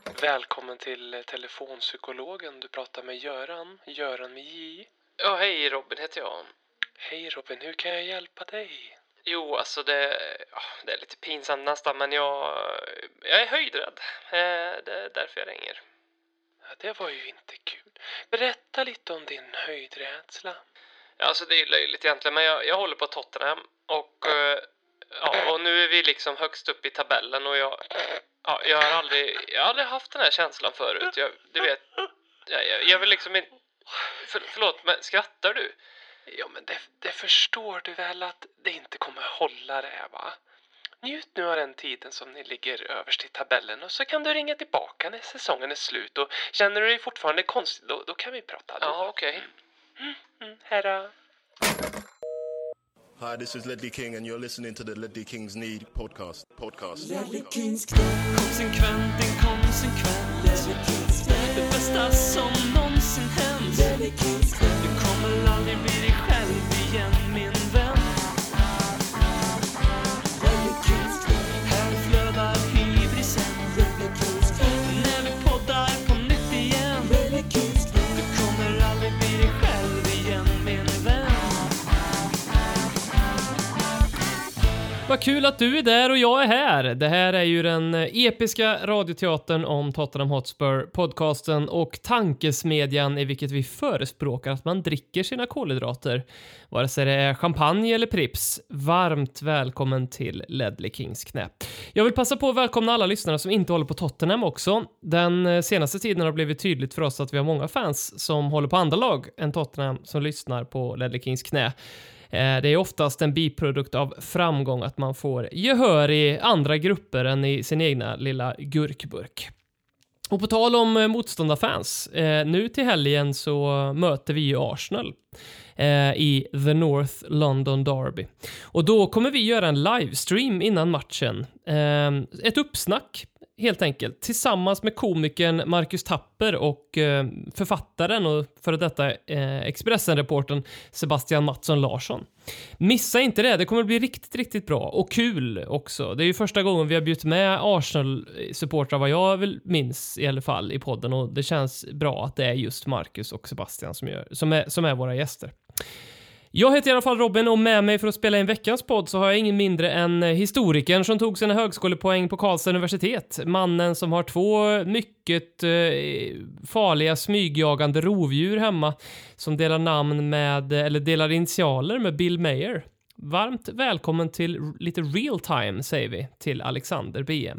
Välkommen till telefonpsykologen. Du pratar med Göran. Göran med J. Ja, hej, Robin heter jag. Hej Robin, hur kan jag hjälpa dig? Jo, alltså det är lite pinsamt nästan, men jag är höjdrädd. Det är därför jag ringer. Ja, det var ju inte kul. Berätta lite om din höjdrädsla. Ja, alltså det är löjligt egentligen, men jag håller på Tottenham. Och nu är vi liksom högst upp i tabellen och jag har aldrig haft den här känslan förut. Jag vill liksom inte... Förlåt, men skrattar du? Ja, men det förstår du väl att det inte kommer hålla det, va? Njut nu av den tiden som ni ligger överst i tabellen och så kan du ringa tillbaka när säsongen är slut. Och känner du dig fortfarande konstig, då kan vi prata. Ja, okej. Hejdå. Hi, this is Ledley King and you're listening to the Ledley Kings Need podcast. Ledley Kings knä. Konsekvent, inkonsekvent. Det bästa som någonsin hänt. Ledley Kings knä. Du kommer aldrig bli dig själv igen, min vän. Ledley Kings knä. Här flödar hybrisen. Ledley Kings knä. När vi poddar på nytt igen. Ledley Kings knä. Du kommer aldrig bli dig själv igen, min vän. Vad kul att du är där och jag är här. Det här är ju den episka radioteatern om Tottenham Hotspur, podcasten och tankesmedjan i vilket vi förespråkar att man dricker sina kolhydrater. Vare sig det är champagne eller Prips. Varmt välkommen till Ledley Kings knä. Jag vill passa på att välkomna alla lyssnare som inte håller på Tottenham också. Den senaste tiden har det blivit tydligt för oss att vi har många fans som håller på andra lag än Tottenham som lyssnar på Ledley Kings knä. Det är oftast en biprodukt av framgång att man får gehör i andra grupper än i sin egna lilla gurkburk. Och på tal om motståndarfans, nu till helgen så möter vi ju Arsenal i The North London Derby. Och då kommer vi göra en livestream innan matchen. Ett uppsnack helt enkelt, tillsammans med komikern Marcus Tapper och författaren och före detta Expressen-reportern Sebastian Mattsson Larsson. Missa inte det, det kommer bli riktigt, riktigt bra och kul också. Det är ju första gången vi har bjudit med Arsenal-supportrar, vad jag vill minns i alla fall, i podden, och det känns bra att det är just Marcus och Sebastian som är våra gäster. Jag heter i alla fall Robin och med mig för att spela in veckans podd så har jag ingen mindre än historikern som tog sina högskolepoäng på Karlstad universitet. Mannen som har 2 mycket farliga smygjagande rovdjur hemma som delar initialer med Bill Mayer. Varmt välkommen till lite real time, säger vi, till Alexander BM.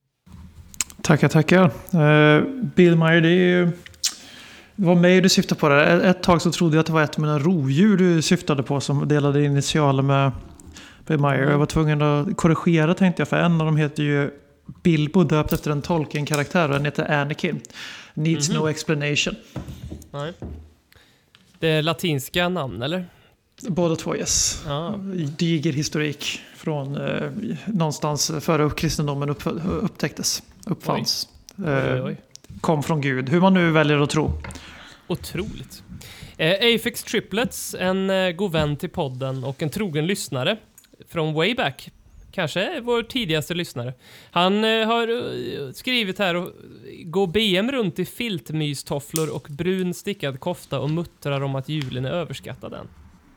Tackar. Bill Mayer, det är ju... Det var mig du syftade på det. Ett tag så trodde jag att det var ett av mina rovdjur du syftade på som delade initialer med Bill Mayer. Jag var tvungen att korrigera, tänkte jag, för en av dem heter ju Bilbo, döpt efter en Tolkien-karaktär, och den heter Anakin. Needs no explanation. Nej. Det är latinska namn, eller? Båda två, yes. Diger historik från någonstans före kristendomen uppfanns. Oj. Kom från Gud, hur man nu väljer att tro. Otroligt. Afex Triplets, en god vän till podden och en trogen lyssnare från way back. Kanske vår tidigaste lyssnare. Han har skrivit här och går BM runt i filtmystofflor och brun stickad kofta och muttrar om att julen är överskattad än.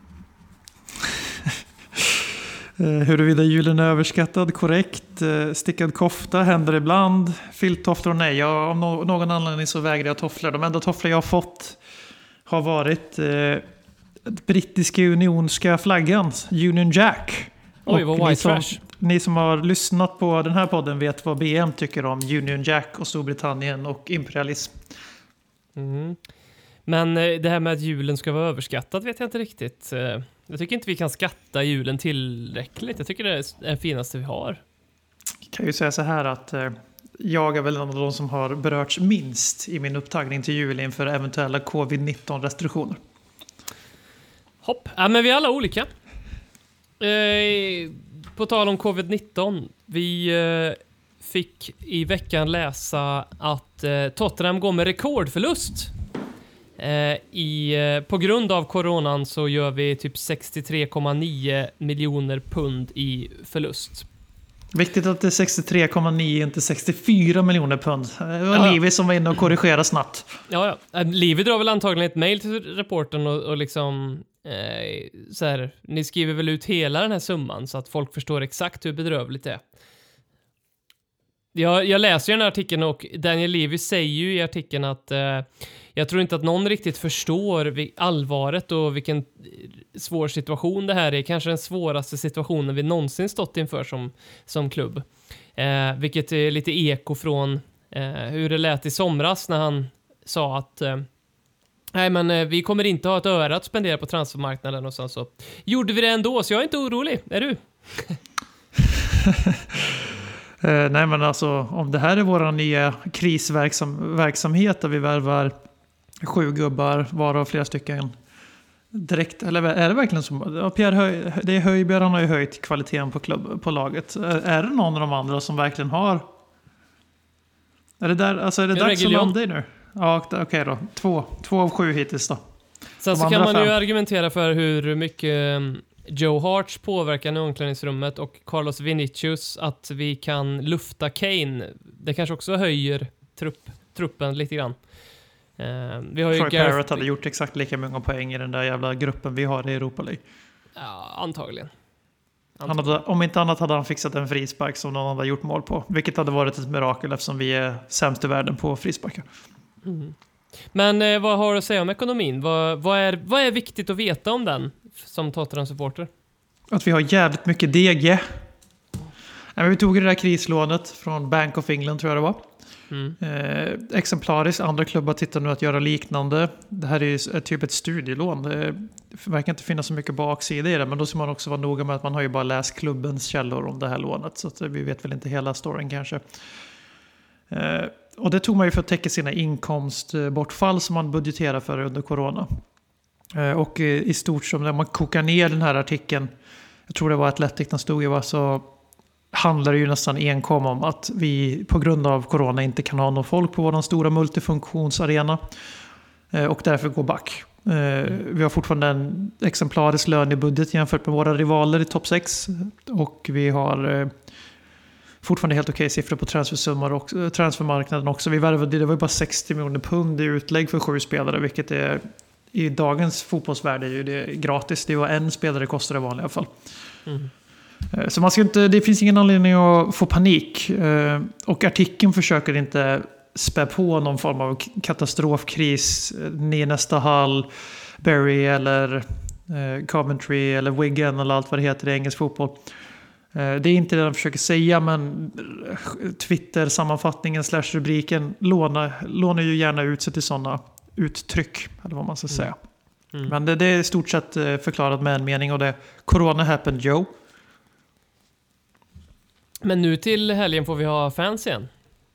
Huruvida julen är överskattad, korrekt. Stickad kofta händer ibland. Filttofflor, nej. Av någon anledning så vägrar jag tofflor. De enda tofflor jag har fått har varit brittiska unionska flaggan, Union Jack. Oj, vad white trash. Ni som har lyssnat på den här podden vet vad BM tycker om Union Jack och Storbritannien och imperialism. Mm. Men det här med att julen ska vara överskattad vet jag inte riktigt. Jag tycker inte vi kan skatta julen tillräckligt. Jag tycker det är det finaste vi har. Jag kan ju säga så här att jag är väl en av de som har berörts minst i min upptagning till jul inför eventuella covid-19-restriktioner. Hopp. Ja, men vi är alla olika. På tal om covid-19. Vi fick i veckan läsa att Tottenham går med rekordförlust. På grund av coronan så gör vi typ 63,9 miljoner pund i förlust. Viktigt att det är 63,9 inte 64 miljoner pund. Det var Ja. Livi som var inne och korrigerade snabbt. Ja. Livi drar väl antagligen ett mejl till reportern och liksom så här, ni skriver väl ut hela den här summan så att folk förstår exakt hur bedrövligt det är. Jag läser ju den här artikeln och Daniel Levy säger ju i artikeln att jag tror inte att någon riktigt förstår allvaret och vilken svår situation det här är. Kanske den svåraste situationen vi någonsin stått inför som klubb. Vilket är lite eko från hur det lät i somras när han sa att nej, men vi kommer inte ha ett öra att spendera på transfermarknaden, och sen så gjorde vi det ändå, så jag är inte orolig. Är du? Nej, men alltså om det här är våra nya krisverksamhet där vi värvar 7 gubbar, varav flera stycken direkt, eller är det verkligen som det är Höjbjerg, han har ju höjt kvaliteten på laget. Är det någon av de andra som verkligen har, är det dags att landa i nu? Ja, okej då. 2 av 7 hittills då. Sen så kan man ju argumentera för hur mycket Joe Harts påverkar i omklädningsrummet och Carlos Vinicius, att vi kan lufta Kane. Det kanske också höjer truppen lite grann. Vi har ju Troy Parrott hade gjort exakt lika många poäng i den där jävla gruppen vi har i Europa League. Ja, antagligen. Om inte annat hade han fixat en frispark som någon hade gjort mål på. Vilket hade varit ett mirakel eftersom vi är sämst i världen på frisparkar. Mm. Men vad har du att säga om ekonomin? Vad är viktigt att veta om den som Tottenham-supporter? Att vi har jävligt mycket DG. Vi tog det där krislånet från Bank of England, tror jag det var. Exemplariskt. Andra klubbar tittar nu att göra liknande. Det här är typ ett studielån. Det verkar inte finnas så mycket baksida i det, men då ska man också vara noga med att man har ju bara läst klubbens källor om det här lånet, så att vi vet väl inte hela storyn kanske. Och det tog man ju för att täcka sina inkomstbortfall som man budgeterar för under corona. Och i stort som när man kokar ner den här artikeln, jag tror det var Athletic den stod i, så handlar det ju nästan enkom om att vi på grund av corona inte kan ha någon folk på vår stora multifunktionsarena och därför går back. Vi har fortfarande en exemplarisk lön i budget jämfört med våra rivaler i topp 6, och vi har fortfarande helt okej siffror på transfersummor och transfermarknaden också. Det var ju bara 60 miljoner pund i utlägg för 7 spelare, vilket är i dagens fotbollsvärld är ju det gratis. Det var en spelare kostar i vanliga fall. Så man ska inte, det finns ingen anledning att få panik. Och artikeln försöker inte spä på någon form av katastrofkris i nästa Hull, Bury eller Coventry eller Wigan eller allt vad det heter i engelsk fotboll. Det är inte det de försöker säga, men Twitter-sammanfattningen / rubriken lånar ju gärna ut sig till sådana uttryck, eller vad man ska säga. Men det är i stort sett förklarat med en mening, och det är Corona happened, Joe. Men nu till helgen får vi ha fans igen.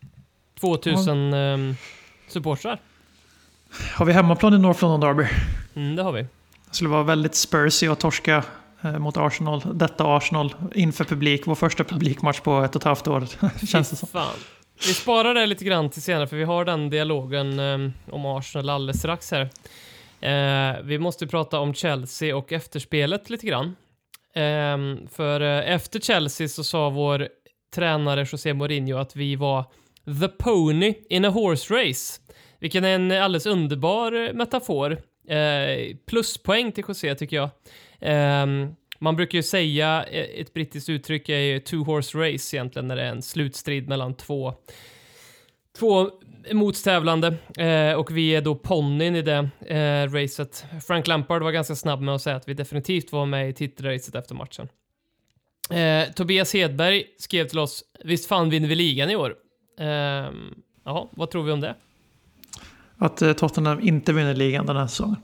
2000 supportrar. Har vi hemmaplan i North London Derby? Det har vi. Det skulle vara väldigt Spursy att torska mot Arsenal. Detta Arsenal inför publik. Vår första publikmatch på 1,5 år. Känns det som. Fan. Vi sparar det lite grann till senare, för vi har den dialogen om Arsenal alldeles strax här. Vi måste prata om Chelsea och efterspelet lite grann. För efter Chelsea så sa vår tränare José Mourinho att vi var the pony in a horse race. Vilken är en alldeles underbar metafor. Pluspoäng till José, tycker jag. Man brukar ju säga, ett brittiskt uttryck är ju two horse race egentligen, när det är en slutstrid mellan två motstävlande, och vi är då ponnyn i det racet. Frank Lampard var ganska snabb med att säga att vi definitivt var med i titelracet efter matchen. Tobias Hedberg skrev till oss: visst fan vinner vi ligan i år? Jaha, vad tror vi om det? Att Tottenham inte vinner ligan den här säsongen.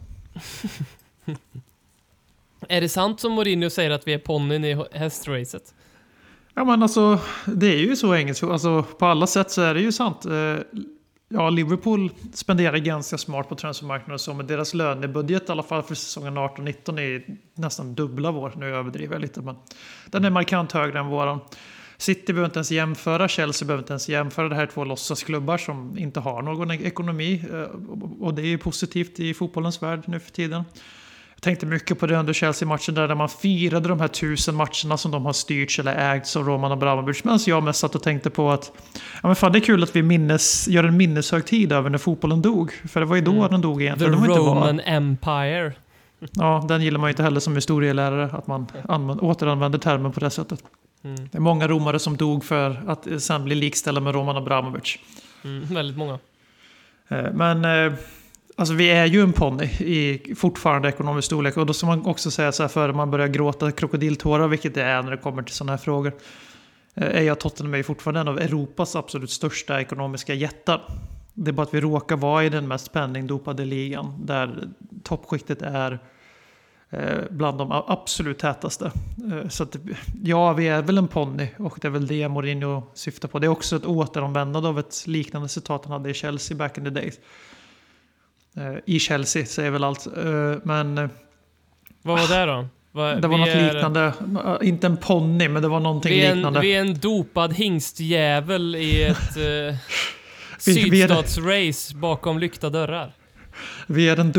Är det sant som Mourinho säger att vi är ponnyn i hästracet? Ja, men alltså, det är ju så enkelt. Alltså, på alla sätt så är det ju sant. Ja, Liverpool spenderar ganska smart på transfermarknaden, så med deras lönebudget i alla fall för säsongen 18-19 är nästan dubbla vår. Nu överdriver jag lite, men den är markant högre än våran. City behöver inte ens jämföra, Chelsea behöver inte ens jämföra. Det här är 2 låtsasklubbar som inte har någon ekonomi, och det är ju positivt i fotbollens värld nu för tiden. Jag tänkte mycket på det under Chelsea-matchen där man firade de här 1000 matcherna som de har styrts eller ägts av Roman Abramovich. Men jag mest satt och tänkte på att men fan, det är kul att vi gör en minneshögtid över när fotbollen dog. För det var ju då den dog egentligen. The de inte Roman var. Empire. Ja, den gillar man ju inte heller som historielärare. Att man återanvänder termen på det sättet. Det är många romare som dog för att sen bli likställda med Roman Abramovich. Väldigt många. Men alltså vi är ju en ponny i fortfarande ekonomisk storlek. Och då ska man också säga så här före man börjar gråta krokodiltårar, vilket det är när det kommer till sådana här frågor. Är jag Tottenham är fortfarande en av Europas absolut största ekonomiska jättar. Det är bara att vi råkar vara i den mest penningdopade ligan. Där toppskiktet är bland de absolut tätaste. Så att, ja, vi är väl en ponny. Och det är väl det Mourinho syftar på. Det är också ett återanvändande av ett liknande citat han hade i Chelsea back in the days. I Chelsea säger väl allt. Men vad var det då? det var något liknande. Inte en ponny, men det var någonting liknande. Vi är en dopad hingstjävel i ett sydstatsrace bakom lyckta dörrar. Vi är den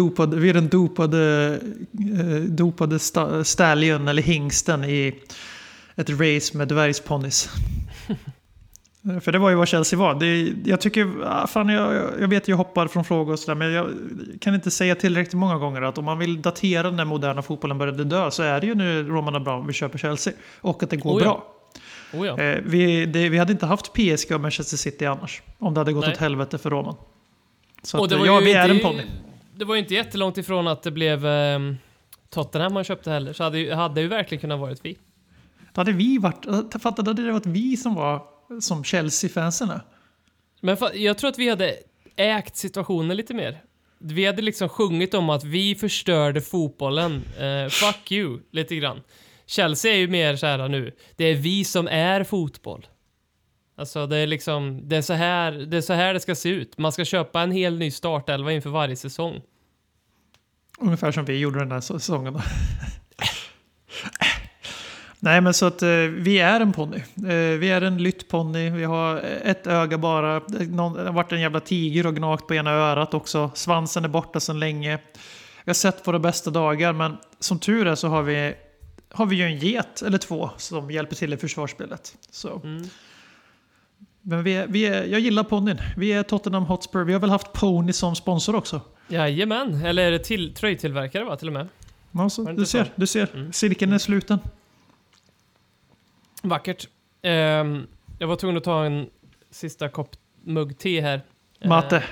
dopade stallion eller hingsten i ett race med dvärgsponnys. För det var ju vad Chelsea var. Jag tycker, fan jag vet jag hoppar från frågor och sådär, men jag kan inte säga tillräckligt många gånger att om man vill datera när moderna fotbollen började dö så är det ju nu Roman Abramovich köper Chelsea och att det går bra. Vi hade inte haft PSG och Manchester City annars om det hade gått åt helvete för Roman. Så att, vi är en ponny. Det var ju inte jättelångt ifrån att det blev Tottenham man köpte heller, så hade ju verkligen kunnat varit vi. Då hade vi varit, fattade det varit vi som var som Chelsea-fansen. Men jag tror att vi hade ägt situationen lite mer. Vi hade liksom sjungit om att vi förstörde fotbollen. Fuck you, lite grann. Chelsea är ju mer så här nu. Det är vi som är fotboll. Alltså det är liksom, det är så här det ska se ut. Man ska köpa en hel ny startelva inför varje säsong. Ungefär som vi gjorde den här säsongen då. Nej, men så att vi är en ponny. Vi är en lyttponny. Vi har ett öga bara. Det har varit en jävla tiger och gnagt på ena örat också. Svansen är borta sedan länge. Jag har sett våra bästa dagar, men som tur är så har vi ju en get eller två som hjälper till i försvarsspelet. Så. Men jag gillar ponnyn. Vi är Tottenham Hotspur. Vi har väl haft Pony som sponsor också. Jajamän. Eller är det tröjtillverkare va, till och med? Alltså, du ser. Cirkeln är sluten. Vackert. Jag var tvungen att ta en sista kopp mugg te här. Mate.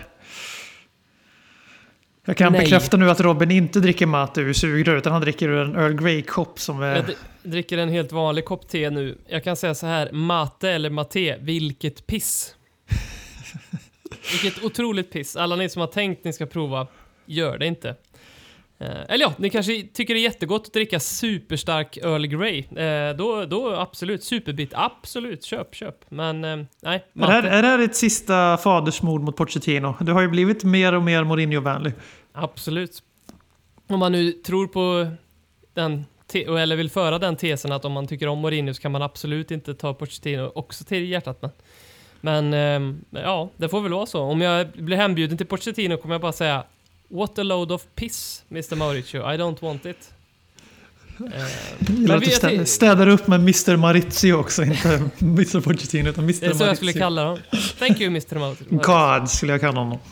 Jag kan bekräfta nu att Robin inte dricker mate ur sugrör, utan han dricker ur en Earl Grey-kopp som är... Jag dricker en helt vanlig kopp te nu. Jag kan säga så här, mate eller mate, vilket piss. Vilket otroligt piss. Alla ni som har tänkt ni ska prova, gör det inte. Eller ja, ni kanske tycker det är jättegott att dricka superstark Earl Grey. Då absolut, superbit, absolut, köp. Men nej. Är det här ett sista fadersmord mot Pochettino? Du har ju blivit mer och mer Mourinho-vänlig. Absolut. Om man nu tror på den, eller vill föra den tesen att om man tycker om Mourinho så kan man absolut inte ta Pochettino också till hjärtat. Men ja, det får väl vara så. Om jag blir hembjuden till Pochettino kommer jag bara säga: what a load of piss, Mr. Mauricio. I don't want it. Du städar upp med Mr. Maurizio också, inte Mr. Pochettino, utan Mr. Maurizio. Det är så jag skulle kalla honom. Thank you, Mr. Maurizio. God skulle jag kalla honom.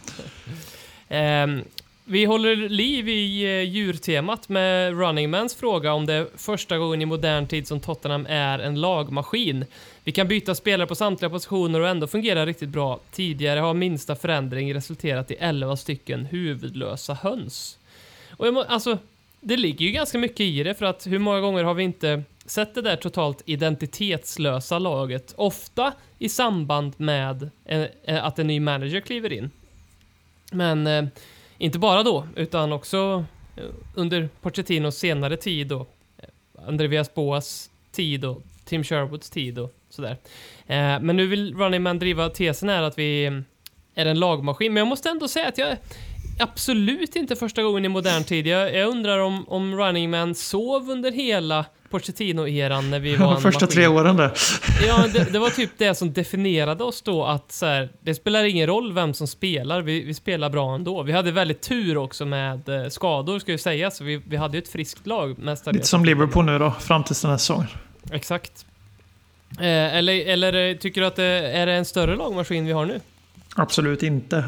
Vi håller liv i djurtemat med Running Mans fråga om det är första gången i modern tid som Tottenham är en lagmaskin. Vi kan byta spelare på samtliga positioner och ändå fungera riktigt bra. Tidigare har minsta förändring resulterat i 11 stycken huvudlösa höns. Och alltså, det ligger ju ganska mycket i det, för att hur många gånger har vi inte sett det där totalt identitetslösa laget, ofta i samband med att en ny manager kliver in. Men inte bara då, utan också under Pochettinos senare tid och Andreas Boas tid och Tim Sherwoods tid och sådär. Men nu vill Running Man driva tesen här att vi är en lagmaskin. Men jag måste ändå säga att absolut inte första gången i modern tid. Jag undrar om Running Man sov under hela Pochettino-eran när vi var en första maskin. 3 åren där. Ja, det var typ det som definierade oss då, att så här, det spelar ingen roll vem som spelar, vi spelar bra ändå. Vi hade väldigt tur också med skador, ska jag säga, så vi hade ju ett friskt lag mestadels. Lite som Liverpool nu då, fram till den här säsongen. Exakt. Eller tycker du att är det en större lagmaskin vi har nu? Absolut inte.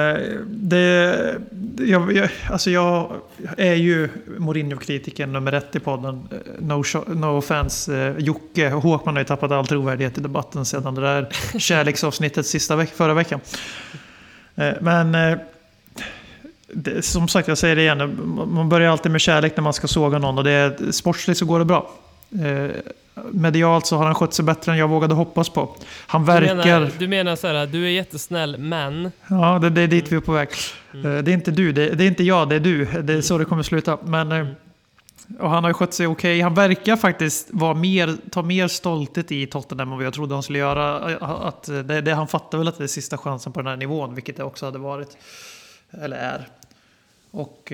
Jag är ju Mourinho-kritiken nummer 1 i podden. No offense. Jocke Håkman har ju tappat all trovärdighet i debatten sedan det där kärleksavsnittet förra veckan. Men som sagt, jag säger det igen. Man börjar alltid med kärlek när man ska såga någon, och det är sportsligt så går det bra. Medialt så har han skött sig bättre än jag vågade hoppas på. Han verkar... Du menar så här, du är jättesnäll, men... Ja, det är dit vi är på väg. Det är inte du, det är inte jag, det är du. Det är så det kommer sluta. Men och han har ju skött sig okej. Han verkar faktiskt ta mer stolthet i Tottenham än vad jag trodde han skulle göra. Att han fattar väl att det är sista chansen på den här nivån, vilket det också hade varit. Eller är. Och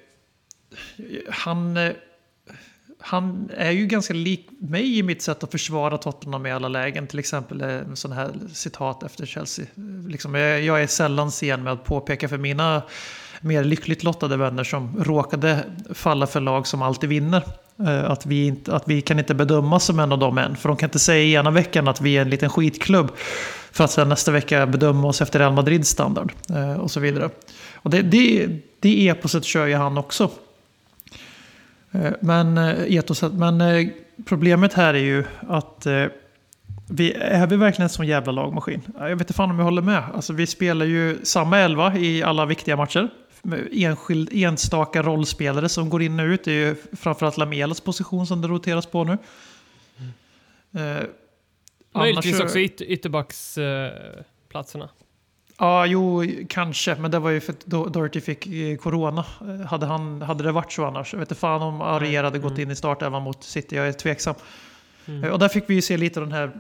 han är ju ganska lik mig i mitt sätt att försvara Tottenham i alla lägen. Till exempel en sån här citat efter Chelsea. Liksom, jag är sällan sen med att påpeka för mina mer lyckligt lottade vänner som råkade falla för lag som alltid vinner. Att vi kan inte bedömas som en av dem än. För de kan inte säga ena veckan att vi är en liten skitklubb för att sen nästa vecka bedöma oss efter Real Madrids standard. Och så vidare. Och det eposet kör ju han också. Men problemet här är ju att är vi verkligen en sån jävla lagmaskin? Jag vet inte fan om jag håller med. Alltså, vi spelar ju samma 11 i alla viktiga matcher. Enstaka rollspelare som går in och ut. Det är ju framförallt Lamelas position som det roteras på nu. Möjligtvis också ytterbacksplatserna. Ja, jo, kanske. Men det var ju för att Doherty fick corona. Hade det varit så annars? Jag vet inte fan om Arier hade gått in i start även mot City. Jag är tveksam. Och där fick vi ju se lite av den här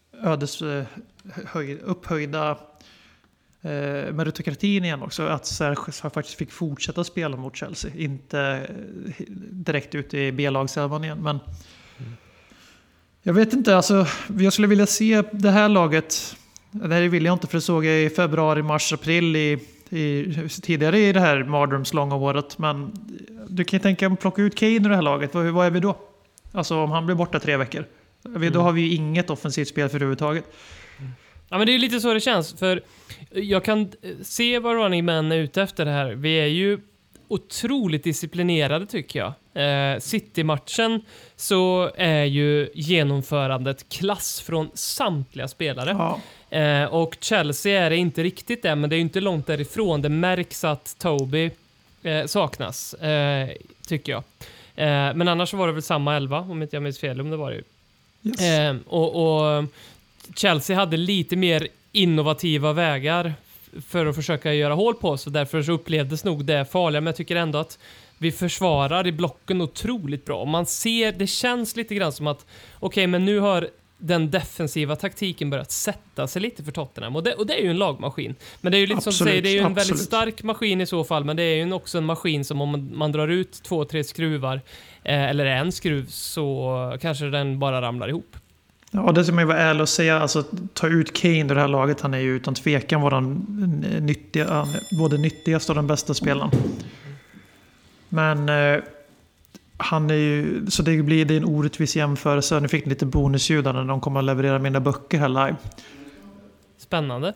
upphöjda meritokratin igen också. Att Serge faktiskt fick fortsätta spela mot Chelsea. Inte direkt ut i B-lagselvan igen. Men jag vet inte. Alltså, jag skulle vilja se det här laget... Det vill jag inte, för det såg jag i februari, mars, april tidigare i det här mardrömslånga året. Men du kan ju tänka att plocka ut Kane i det här laget. Vad är vi då? Alltså om han blir borta 3 veckor. Då har vi ju inget offensivt spel för överhuvudtaget. Ja, men det är lite så det känns. För jag kan se vad Running Man är ute efter det här. Vi är ju otroligt disciplinerade, tycker jag. City-matchen så är ju genomförandet klass från samtliga spelare. Ja. Och Chelsea är det inte riktigt det, men det är ju inte långt därifrån. Det märks att Toby saknas, tycker jag. Men annars var det väl samma 11, om inte jag minns fel, om det var det ju. Yes. Och Chelsea hade lite mer innovativa vägar för att försöka göra hål på oss, och därför så upplevdes nog det farliga. Men jag tycker ändå att vi försvarar i blocken otroligt bra. Och man ser, det känns lite grann som att okej, men nu har den defensiva taktiken börjat sätta sig lite för Tottenham. Och det är ju en lagmaskin. Men det är ju lite som du säger, det är ju en väldigt stark maskin i så fall. Men det är ju också en maskin som om man drar ut 2-3 skruvar eller en skruv, så kanske den bara ramlar ihop. Ja, det som jag var ärlig att säga, alltså ta ut Kane i det här laget, han är ju utan tvekan både nyttigast och den bästa spelaren. Men han är ju, så det är en orättvis jämförelse. Nu fick ni lite bonusljud när de kommer att leverera mina böcker här live. Spännande.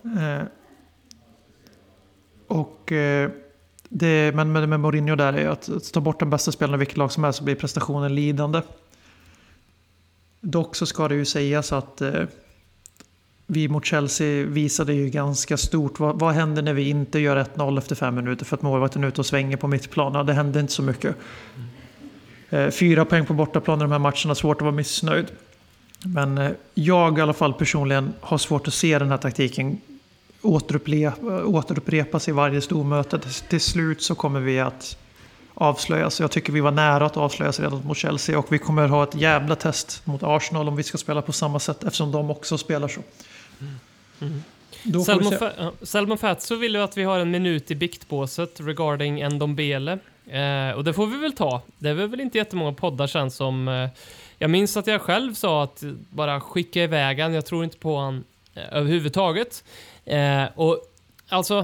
Men med Mourinho där är att ta bort den bästa spelaren i vilket lag som är, så blir prestationen lidande. Dock så ska det ju sägas att vi mot Chelsea visade ju ganska stort. Vad händer när vi inte gör 1-0 efter 5 minuter för att målvakten är ute och svänger på mittplan? Ja, det hände inte så mycket. 4 poäng på bortaplan i de här matcherna, svårt att vara missnöjd. Men jag i alla fall personligen har svårt att se den här taktiken återupprepas i varje stormöte. Till slut så kommer vi att avslöjas. Jag tycker vi var nära att avslöjas redan mot Chelsea, och vi kommer ha ett jävla test mot Arsenal om vi ska spela på samma sätt, eftersom de också spelar så. Då får vi se. Salman Fatso vill ju att vi har en minut i biktbåset regarding Ndombele. Och det får vi väl ta. Det är väl inte jättemånga poddar sen som... jag minns att jag själv sa att bara skicka iväg han. Jag tror inte på han överhuvudtaget. Och alltså...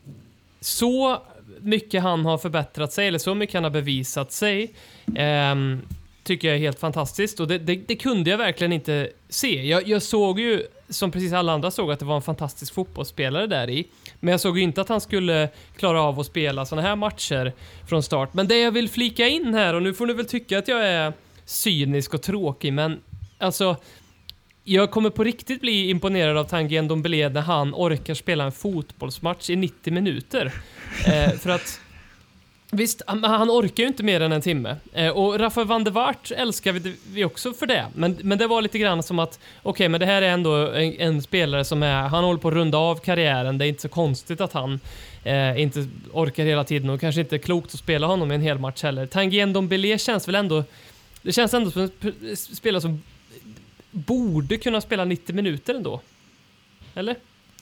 Så mycket han har förbättrat sig, eller så mycket han har bevisat sig, tycker jag är helt fantastiskt. Och det kunde jag verkligen inte se. Jag såg ju, som precis alla andra såg, att det var en fantastisk fotbollsspelare där i. Men jag såg ju inte att han skulle klara av att spela såna här matcher från start. Men det jag vill flika in här, och nu får ni väl tycka att jag är cynisk och tråkig, men alltså... Jag kommer på riktigt bli imponerad av Tanguy Ndombele när han orkar spela en fotbollsmatch i 90 minuter. För att visst, han orkar ju inte mer än en timme. Och Rafael van der Vaart älskar vi också för det. Men det var lite grann som att okej, men det här är ändå en spelare som han håller på att runda av karriären. Det är inte så konstigt att han inte orkar hela tiden, och kanske inte är klokt att spela honom i en hel match heller. Tanguy Ndombele känns väl ändå... Det känns ändå som en spelare som borde kunna spela 90 minuter ändå. Eller?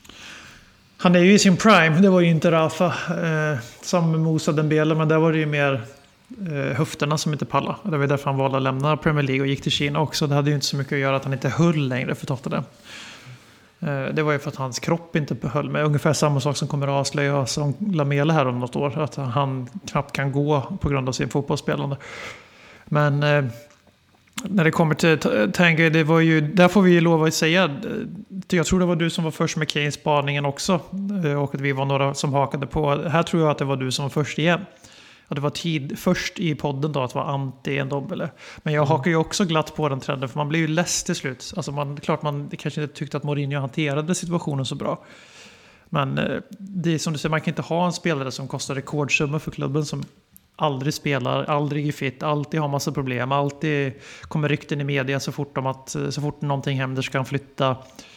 Han är ju i sin prime. Det var ju inte Rafa som Moussa Dembele, men där var det ju mer höfterna som inte pallade. Det var därför han valde att lämna Premier League och gick till Kina också. Det hade ju inte så mycket att göra att han inte höll längre för Tottenham. Det var ju för att hans kropp inte höll med. Ungefär samma sak som kommer att avslöjas som Lamela här om något år. Att han knappt kan gå på grund av sin fotbollsspelande. Men... när det kommer till Tanguy, det var ju, där får vi ju lov att säga, jag tror det var du som var först med Kane-spaningen också, och att vi var några som hakade på. Här tror jag att det var du som var först igen. Och det var först i podden då att vara anti-Ndombele. Men jag hakar ju också glatt på den trenden, för man blir ju less till slut. Alltså klart man kanske inte tyckte att Mourinho hanterade situationen så bra. Men det är som du säger, man kan inte ha en spelare som kostar rekordsummor för klubben, som aldrig spelar, aldrig är fit, alltid har massa problem, alltid kommer rykten i media så fort någonting händer ska han flytta.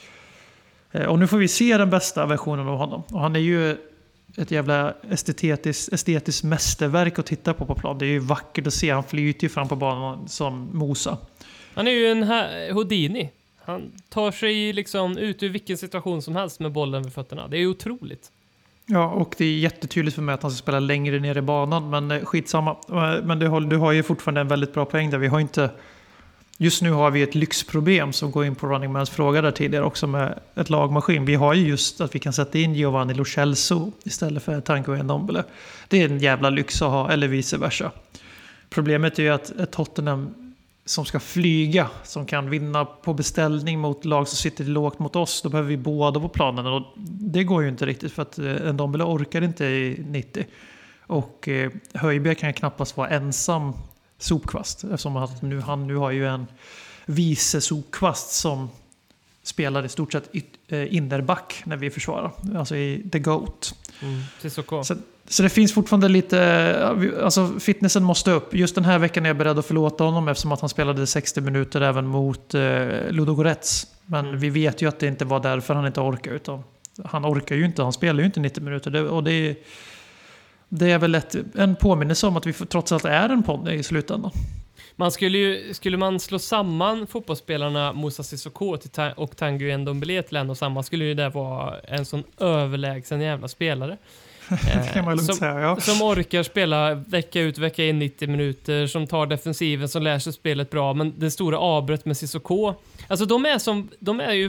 Och nu får vi se den bästa versionen av honom. Och han är ju ett jävla estetiskt mästerverk att titta på plan. Det är ju vackert att se, han flyter ju fram på banan som Mosa. Han är ju en Houdini. Han tar sig liksom ut ur vilken situation som helst med bollen vid fötterna. Det är ju otroligt. Ja, och det är jättetydligt för mig att han ska spela längre ner i banan, men skitsamma. Men du har ju fortfarande en väldigt bra poäng där. Vi har inte... Just nu har vi ett lyxproblem som går in på Running Mans fråga där tidigare också med ett lagmaskin. Vi har ju just att vi kan sätta in Giovanni Lo Celso istället för Tanguy Ndombele. Det är en jävla lyx att ha, eller vice versa. Problemet är ju att ett Tottenham som ska flyga, som kan vinna på beställning mot lag som sitter lågt mot oss, då behöver vi båda på planen, och det går ju inte riktigt för att Ndombele orkar inte i 90. Och Højbjerg kan knappast vara ensam sopkvast, eftersom att han nu har ju en vice sopkvast som spelar i stort sett innerback när vi försvarar, alltså i The Goat. Så det finns fortfarande lite, alltså fitnessen måste upp. Just den här veckan är jag beredd att förlåta honom, eftersom att han spelade 60 minuter även mot Ludogorets. Men vi vet ju att det inte var därför han inte orkar, utan han orkar ju inte, han spelar ju inte 90 minuter. Och det är väl en påminnelse om att vi trots allt är en podd i slutändan. Skulle man slå samman fotbollsspelarna Moussa Sissoko och Tanguy Ndombele till en och samma, skulle ju det vara en sån överlägsen jävla spelare. Kan man lugnt säga, ja. Som orkar spela vecka ut, vecka in 90 minuter, som tar defensiven, som lär sig spelet bra. Men det stora avbrott med Sissoko, alltså de är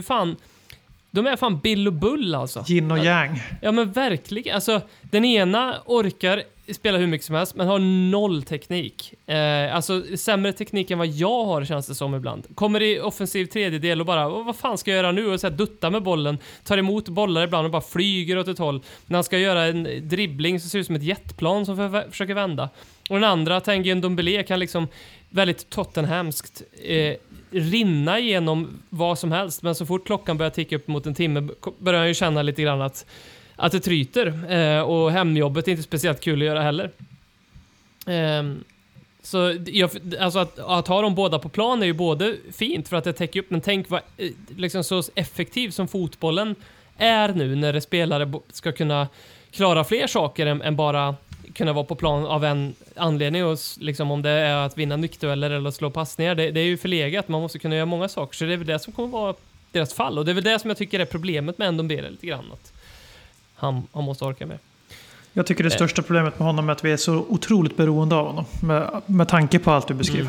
fan Bill och Bull alltså. Yin och yang. Ja, men verkligen. Alltså, den ena orkar spela hur mycket som helst, men har noll teknik. Alltså sämre teknik än vad jag har, känns det som ibland. Kommer i offensiv tredjedel och bara, vad fan ska jag göra nu? Och så här, dutta med bollen, tar emot bollar ibland och bara flyger åt ett håll. När han ska göra en dribbling så ser det ut som ett jetplan som försöker vända. Och den andra, Tanguy Ndombele, kan liksom väldigt Tottenhamskt rinna igenom vad som helst, men så fort klockan börjar ticka upp mot en timme börjar han ju känna lite grann att det tryter, och hemjobbet är inte speciellt kul att göra heller. Så alltså att ha dem båda på plan är ju både fint för att det täcker upp, men tänk vad liksom så effektiv som fotbollen är nu, när spelare ska kunna klara fler saker än bara kunna vara på plan av en anledning, och liksom om det är att vinna nyckdueller eller att slå passningar, det är ju förlegat. Man måste kunna göra många saker, så det är väl det som kommer vara deras fall. Och det är väl det som jag tycker är problemet med Ndombele lite grann. Att han måste orka med. Jag tycker det största problemet med honom är att vi är så otroligt beroende av honom. Med tanke på allt du beskriver.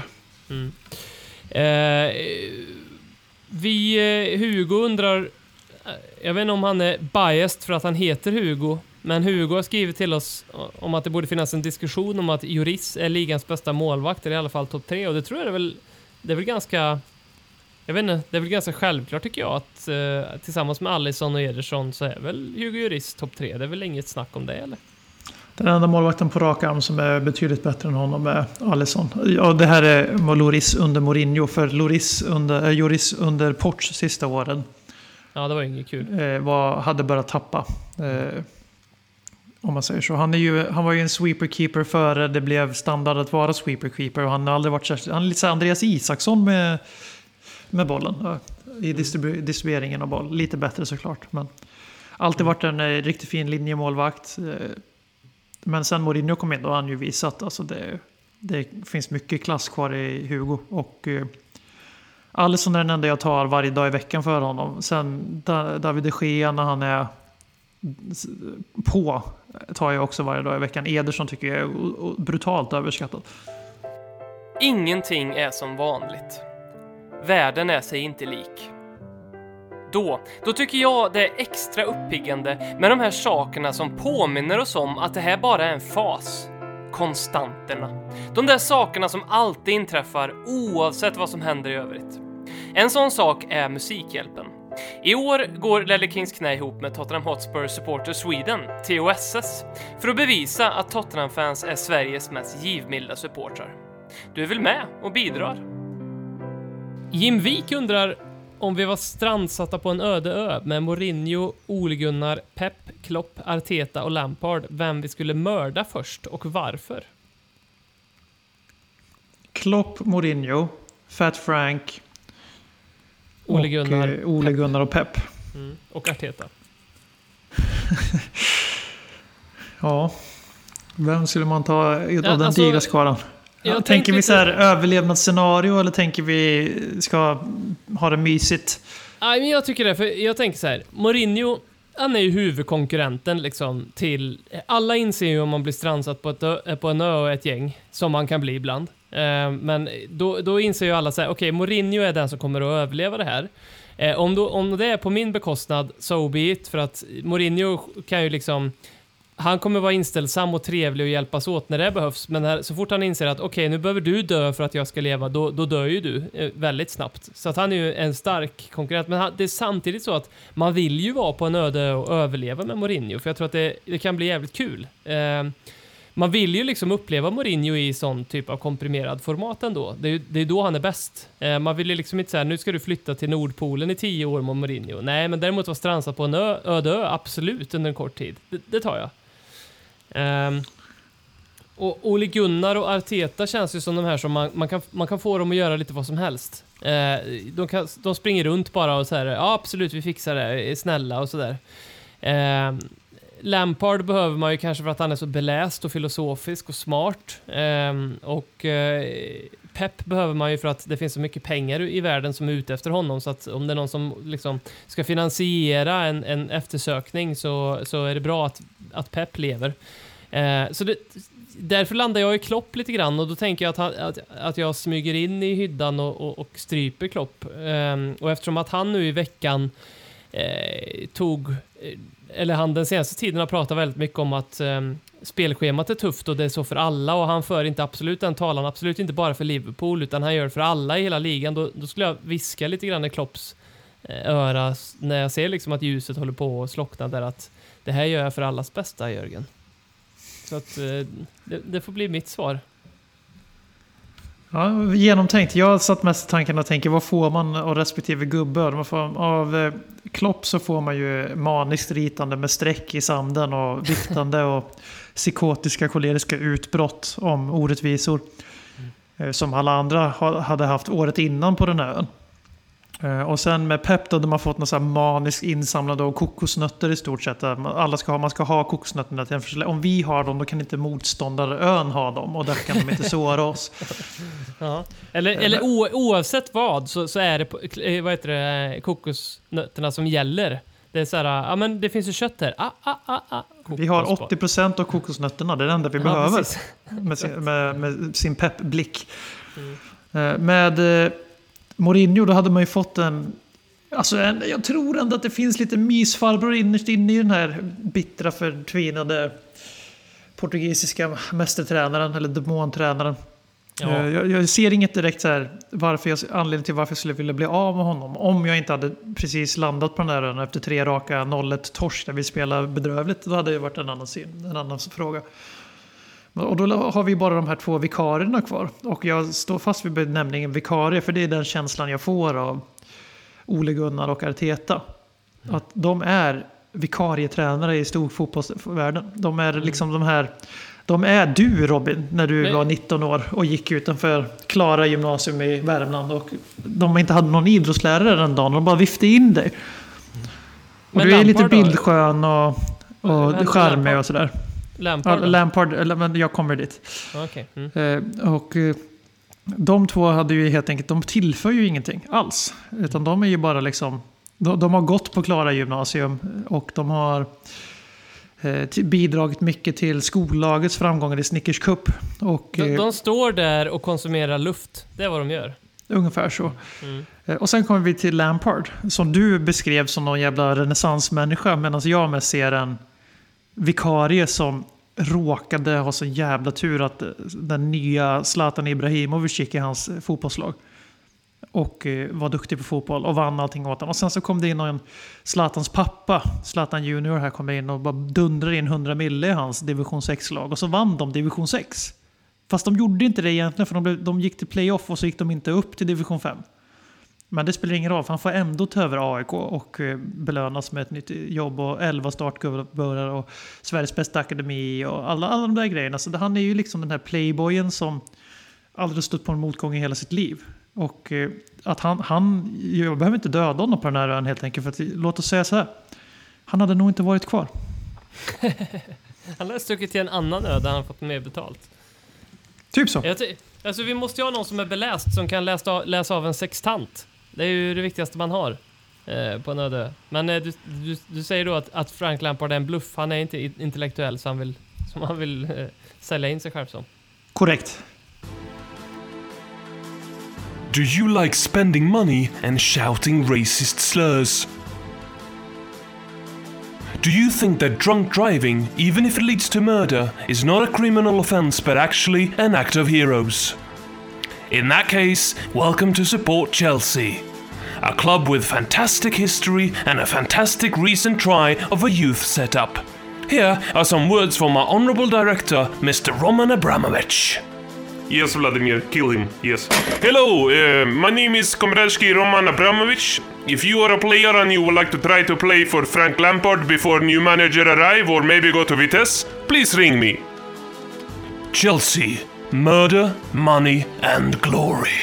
Hugo undrar, jag vet inte om han är biased för att han heter Hugo, men Hugo har skrivit till oss om att det borde finnas en diskussion om att Lloris är ligans bästa målvakt, eller i alla fall topp 3, och det tror jag det är väl ganska, jag vet inte, det är väl ganska självklart tycker jag att tillsammans med Alisson och Ederson så är väl Hugo Lloris topp 3, det är väl inget snack om det, eller? Den enda målvakten på rak arm som är betydligt bättre än honom är Alisson. Ja, det här är Lloris under Mourinho, för Lloris under Poch sista åren. Ja, det var inget kul. Hade börjat tappa. Om man säger så. Han var ju en sweeper-keeper före det blev standard att vara sweeper-keeper. Och han har aldrig varit... Han är lite så Andreas Isaksson med bollen. I distribueringen av boll. Lite bättre såklart. Men alltid varit en riktigt fin linjemålvakt. Men sen Mourinho kom in, då har han ju visat. Alltså det finns mycket klass kvar i Hugo. Och Alisson är den enda jag tar varje dag i veckan för honom. Sen David de Gea när han är på tar jag också varje dag i veckan. Ederson tycker jag är brutalt överskattad. Ingenting är som vanligt. Världen är sig inte lik. Då tycker jag det är extra uppiggande med de här sakerna som påminner oss om att det här bara är en fas. Konstanterna. De där sakerna som alltid inträffar oavsett vad som händer i övrigt. En sån sak är Musikhjälpen. I år går Ledley Kings knä ihop med Tottenham Hotspur Supporter Sweden, TOSS, för att bevisa att Tottenham-fans är Sveriges mest givmilda supportrar. Du är väl med och bidrar? Jim Wik undrar om vi var strandsatta på en öde ö med Mourinho, Ole Gunnar, Pep, Klopp, Arteta och Lampard, vem vi skulle mörda först och varför? Klopp, Mourinho, Fat Frank, Ole Gunnar och Pep. Och Arteta. Ja. Vem skulle man ta av den digra skaran? Tänker vi lite... så här överlevnadsscenario eller tänker vi ska ha det mysigt? Nej, men jag tycker det, för jag tänker så här, Mourinho, han är ju huvudkonkurrenten liksom till, alla inser ju om man blir strandsatt på en ö och ett gäng, som man kan bli ibland. Men då inser ju alla så här, okej, Mourinho är den som kommer att överleva det här. Om det är på min bekostnad, so be it, för att Mourinho kan ju liksom, han kommer vara inställsam och trevlig och hjälpas åt när det behövs, men så fort han inser att okej, nu behöver du dö för att jag ska leva, då dör ju du väldigt snabbt. Så att han är ju en stark konkurrent, men det är samtidigt så att man vill ju vara på en öde och överleva med Mourinho, för jag tror att det kan bli jävligt kul. Man vill ju liksom uppleva Mourinho i sån typ av komprimerad format ändå. Det är då han är bäst. Man vill ju liksom inte säga, nu ska du flytta till Nordpolen i 10 år med Mourinho. Nej, men däremot vara strandsatt på en öde ö, absolut, under en kort tid. Det tar jag. Och Ole Gunnar och Arteta känns ju som de här som man kan få dem att göra lite vad som helst. De springer runt bara och säger, ja absolut, vi fixar det, är snälla och sådär. Lampard behöver man ju kanske för att han är så beläst och filosofisk och smart. Och Pep behöver man ju för att det finns så mycket pengar i världen som är ute efter honom. Så att om det är någon som liksom ska finansiera en eftersökning så är det bra att Pep lever. Därför landar jag i Klopp lite grann. Och då tänker jag att jag smyger in i hyddan och stryper Klopp. Och eftersom att han nu i veckan han den senaste tiden har pratat väldigt mycket om att spelschemat är tufft och det är så för alla, och han för inte absolut den talan, absolut inte bara för Liverpool, utan han gör det för alla i hela ligan. Då skulle jag viska lite grann i Klopps öra när jag ser liksom att ljuset håller på att slockna där, att det här gör jag för allas bästa, Jörgen. Så att det får bli mitt svar. Ja, genomtänkt. Jag har satt mest tanken och tänker, vad får man av respektive gubbe? Av Klopp så får man ju maniskt ritande med streck i sanden och viftande och psykotiska koleriska utbrott om orättvisor som alla andra hade haft året innan på den här ön. Och sen med Pep då, de har fått något så här maniskt insamlade av kokosnötter i stort sett. Man ska ha kokosnötterna till en försäljning. Om vi har dem, då kan inte motståndarön ha dem. Och därför kan de inte såra oss. Ja. Eller oavsett vad så är det kokosnötterna som gäller. Det är så här, ja men det finns ju kött här. Vi har 80% av kokosnötterna, det är det enda vi behöver. Med sin peppblick. Med Mourinho, då hade man ju fått jag tror ändå att det finns lite mysfarbror innerst inne i den här bittra, förtvinade portugisiska mästertränaren eller demontränaren. Ja. Jag ser inget direkt så här anledning till varför jag skulle vilja bli av med honom om jag inte hade precis landat på den där efter 3 raka 0-1 torsk där vi spelar bedrövligt. Då hade det varit en annan fråga. Och då har vi bara de här 2 vikarierna kvar. Och jag står fast vid benämningen vikarie, för det är den känslan jag får av Ole Gunnar och Arteta. Att de är vikarietränare i stor fotbollsvärlden. De är liksom de här... De är du, Robin, när du var 19 år och gick utanför Klara gymnasium i Värmland. Och de inte hade någon idrottslärare den dagen. De bara viftade in dig. Och du är lite bildskön och charmig och sådär. Lampard, men jag kommer dit. Okay. Och de 2 hade ju helt enkelt, de tillför ju ingenting alls. Utan de är ju bara liksom, de har gått på Klara gymnasium och de har bidragit mycket till skollagets framgångar i Snickers Cup. Och, de står där och konsumerar luft. Det är vad de gör. Ungefär så. Och sen kommer vi till Lampard, som du beskrev som någon jävla renässansmänniska, medan jag med ser en vikarie som råkade ha så jävla tur att den nya Zlatan Ibrahimovic gick i hans fotbollslag och var duktig på fotboll och vann allting åt honom. Och sen så kom det in någon Zlatans pappa, Zlatan Junior här, kom in och bara dundrade in 100 mille i hans division 6-lag och så vann de division 6. Fast de gjorde inte det egentligen, för de gick till playoff och så gick de inte upp till division 5. Men det spelar ingen roll, för han får ändå ta över AIK och belönas med ett nytt jobb och 11 startgubbar och Sveriges bästa akademi och alla de där grejerna. Så han är ju liksom den här playboyen som aldrig stött på en motgång i hela sitt liv. Och att jag behöver inte döda honom på den här ön helt enkelt, för att, låt oss säga så här, han hade nog inte varit kvar. Han har stuckit till en annan ö där han fått mer betalt. Typ så. Alltså vi måste ju ha någon som är beläst, som kan läsa av en sextant. Det är ju det viktigaste man har på en öde. Men du säger då att Frank Lampard är en bluff. Han är inte intellektuell, så han vill sälja in sig själv som. Korrekt. Do you like spending money and shouting racist slurs? Do you think that drunk driving, even if it leads to murder, is not a criminal offense but actually an act of heroes? In that case, welcome to support Chelsea, a club with fantastic history and a fantastic recent try of a youth setup. Here are some words from our honorable director, Mr. Roman Abramovich. Yes, Vladimir, kill him, yes. Hello, my name is Komrelski Roman Abramovich. If you are a player and you would like to try to play for Frank Lampard before new manager arrive or maybe go to Vitesse, please ring me. Chelsea, murder, money and glory.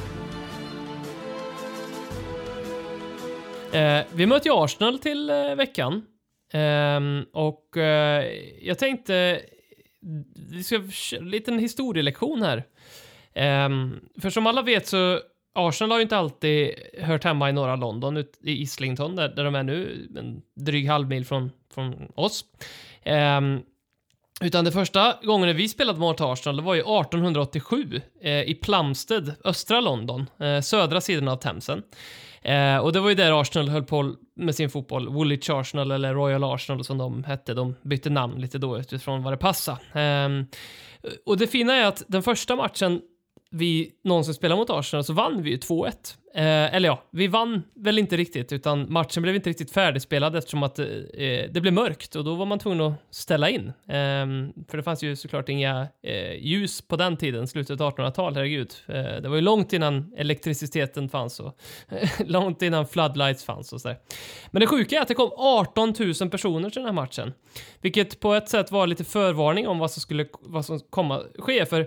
Vi möter ju Arsenal till veckan. Och jag tänkte vi ska en liten historielektion här. För som alla vet så Arsenal har ju inte alltid hört hemma i norra London, ut i Islington där de är nu, en dryg halvmil från oss. Utan det första gången vi spelade mot Arsenal, det var ju 1887 i Plumstead, östra London, södra sidan av Themsen. Och det var ju där Arsenal höll på med sin fotboll. Woolwich Arsenal eller Royal Arsenal som de hette. De bytte namn lite då utifrån vad det passade. Och det fina är att den första matchen vi någonsin spelade mot Arsenal så vann vi ju 2-1. Eller ja, vi vann väl inte riktigt, utan matchen blev inte riktigt färdigspelad eftersom att det blev mörkt och då var man tvungen att ställa in. För det fanns ju såklart inga ljus på den tiden, slutet av 1800-tal, herregud. Det var ju långt innan elektriciteten fanns och långt innan floodlights fanns och sådär. Men det sjuka är att det kom 18 000 personer till den här matchen, vilket på ett sätt var lite förvarning om vad som komma ske, för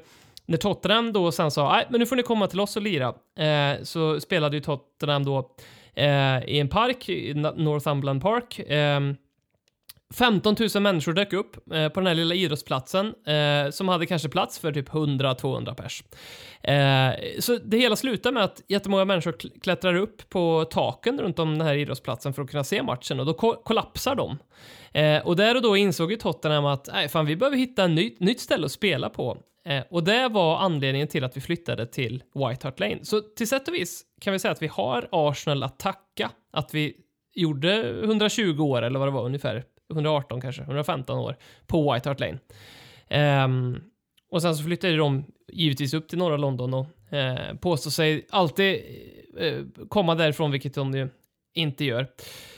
när Tottenham då sen sa, nej, men nu får ni komma till oss och lira, så spelade ju Tottenham då i en park, i Northumberland Park. 15 000 människor dök upp på den här lilla idrottsplatsen som hade kanske plats för typ 100-200 pers. Så det hela slutar med att jättemånga människor klättrar upp på taken runt om den här idrottsplatsen för att kunna se matchen, och då kollapsar de. Och där och då insåg ju Tottenham att vi behöver hitta en nytt ställe att spela på. Och det var anledningen till att vi flyttade till White Hart Lane. Så till sätt och vis kan vi säga att vi har Arsenal att tacka att vi gjorde 120 år, eller vad det var ungefär, 118 kanske, 115 år på White Hart Lane. Och sen så flyttade de givetvis upp till norra London och påstår sig alltid komma därifrån, vilket de ju inte gör.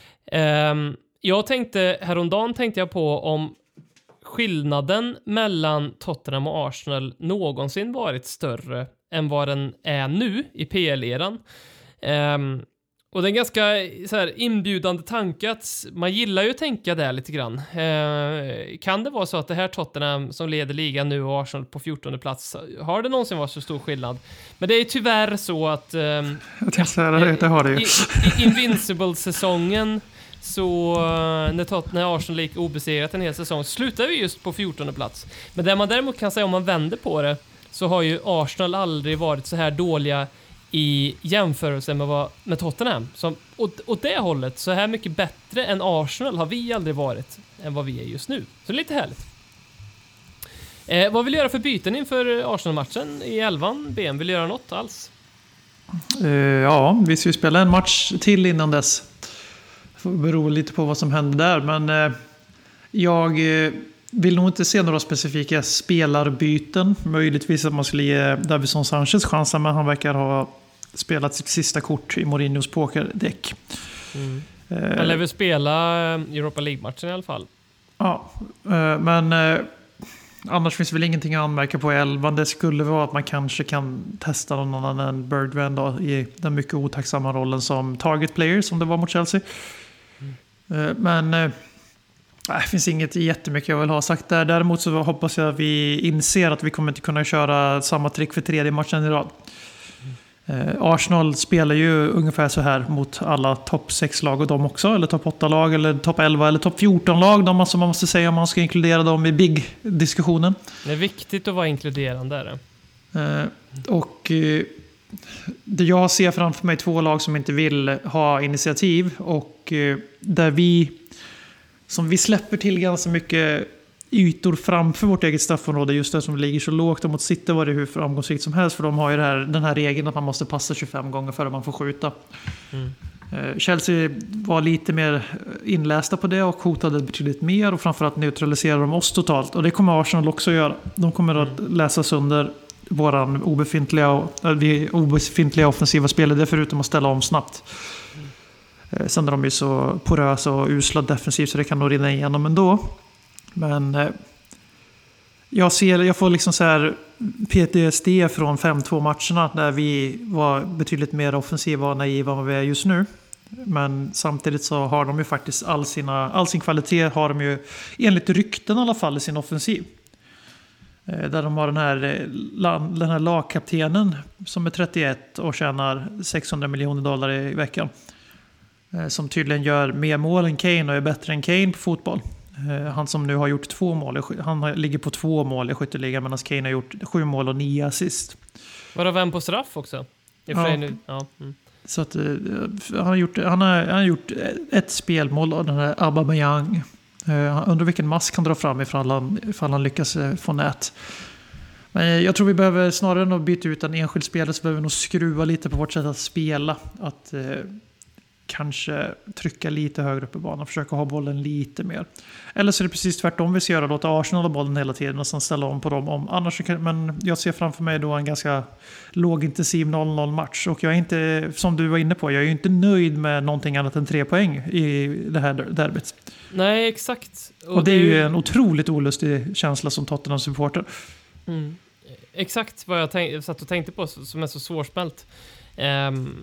Häromdagen tänkte jag på om skillnaden mellan Tottenham och Arsenal någonsin varit större än vad den är nu i PL-eran. Och det är en ganska så här inbjudande tanke att man gillar ju att tänka där lite grann. Kan det vara så att det här Tottenham som leder ligan nu och Arsenal på 14:e plats, har det någonsin varit så stor skillnad? Men det är tyvärr så att jag tänkte säga det har det ju. I Invincible-säsongen så när Arsenal gick obesegrat en hel säsong slutar vi just på 14:e plats. Men det man däremot kan säga om man vänder på det, så har ju Arsenal aldrig varit så här dåliga i jämförelse med Tottenham. Som, åt det hållet, så här mycket bättre än Arsenal har vi aldrig varit än vad vi är just nu. Så lite härligt. Vad vill du göra för byten inför Arsenal-matchen i 11:an? BM, vill du göra något alls? Ja, vi ska ju spela en match till innan dess. Det beror lite på vad som händer där. Men jag vill nog inte se några specifika spelarbyten. Möjligtvis att man skulle ge Davinson Sanchez chansen, men han verkar ha spelat sitt sista kort i Mourinhos pokerdäck. Han lär väl spela Europa League-matchen i alla fall. Ja, men annars finns väl ingenting att anmärka på i 11. Det skulle vara att man kanske kan testa någon annan än Bergwijn då, i den mycket otacksamma rollen som target player som det var mot Chelsea. Men det finns inget jättemycket jag vill ha sagt där. Däremot så hoppas jag att vi inser att vi kommer inte kunna köra samma trick för 3:e matchen i rad. Arsenal spelar ju ungefär så här mot alla topp 6-lag och de också, eller topp 8-lag, eller topp 11 eller topp 14-lag, de som man måste säga om man ska inkludera dem i big-diskussionen. Det är viktigt att vara inkluderande där. Och jag ser framför mig 2 lag som inte vill ha initiativ, och där vi släpper till ganska mycket ytor framför vårt eget straffområde, just det som ligger så lågt. Och mot City var det hur framgångsrikt som helst, för de har ju den här regeln att man måste passa 25 gånger före man får skjuta. Chelsea var lite mer inlästa på det och hotade betydligt mer, och framförallt neutraliserade de oss totalt. Och det kommer Arsenal också göra. De kommer att läsa sönder våran obefintliga offensiva spelare, förutom att ställa om snabbt. Sen är de ju så porösa och usla defensivt så det kan nog rinna igenom ändå. Men jag får liksom så här PTSD från 5-2 matcherna där vi var betydligt mer offensiva och naiva än vad vi är just nu. Men samtidigt så har de ju faktiskt all sin kvalitet har de ju enligt rykten i alla fall i sin offensiv. Där de har den här lagkaptenen som är 31 och tjänar $600 miljoner i veckan. Som tydligen gör mer mål än Kane och är bättre än Kane på fotboll. Han som nu har gjort 2 mål. Han ligger på 2 mål i skytteligan, medan Kane har gjort 7 mål och 9 assist. Var det vem på straff också? Så att han har gjort ett spelmål av den här Aubameyang. Undrar vilken mask han drar fram ifall han lyckas få nät. Men jag tror vi behöver, snarare än att byta ut en enskild spelare, så behöver vi nog skruva lite på vårt sätt att spela. Att kanske trycka lite högre upp i banan, försöka ha bollen lite mer. Eller så är det precis tvärtom vi ska göra, låta Arsenal ha bollen hela tiden och sen ställa om på dem. Men jag ser framför mig då en ganska lågintensiv 0-0 match, och jag är inte, som du var inne på, jag är ju inte nöjd med någonting annat än 3 poäng i det här derbyt. Nej, exakt. Och det är ju en otroligt olustig känsla som Tottenham-supporter. Exakt vad jag satt och tänkte på som är så svårsmält.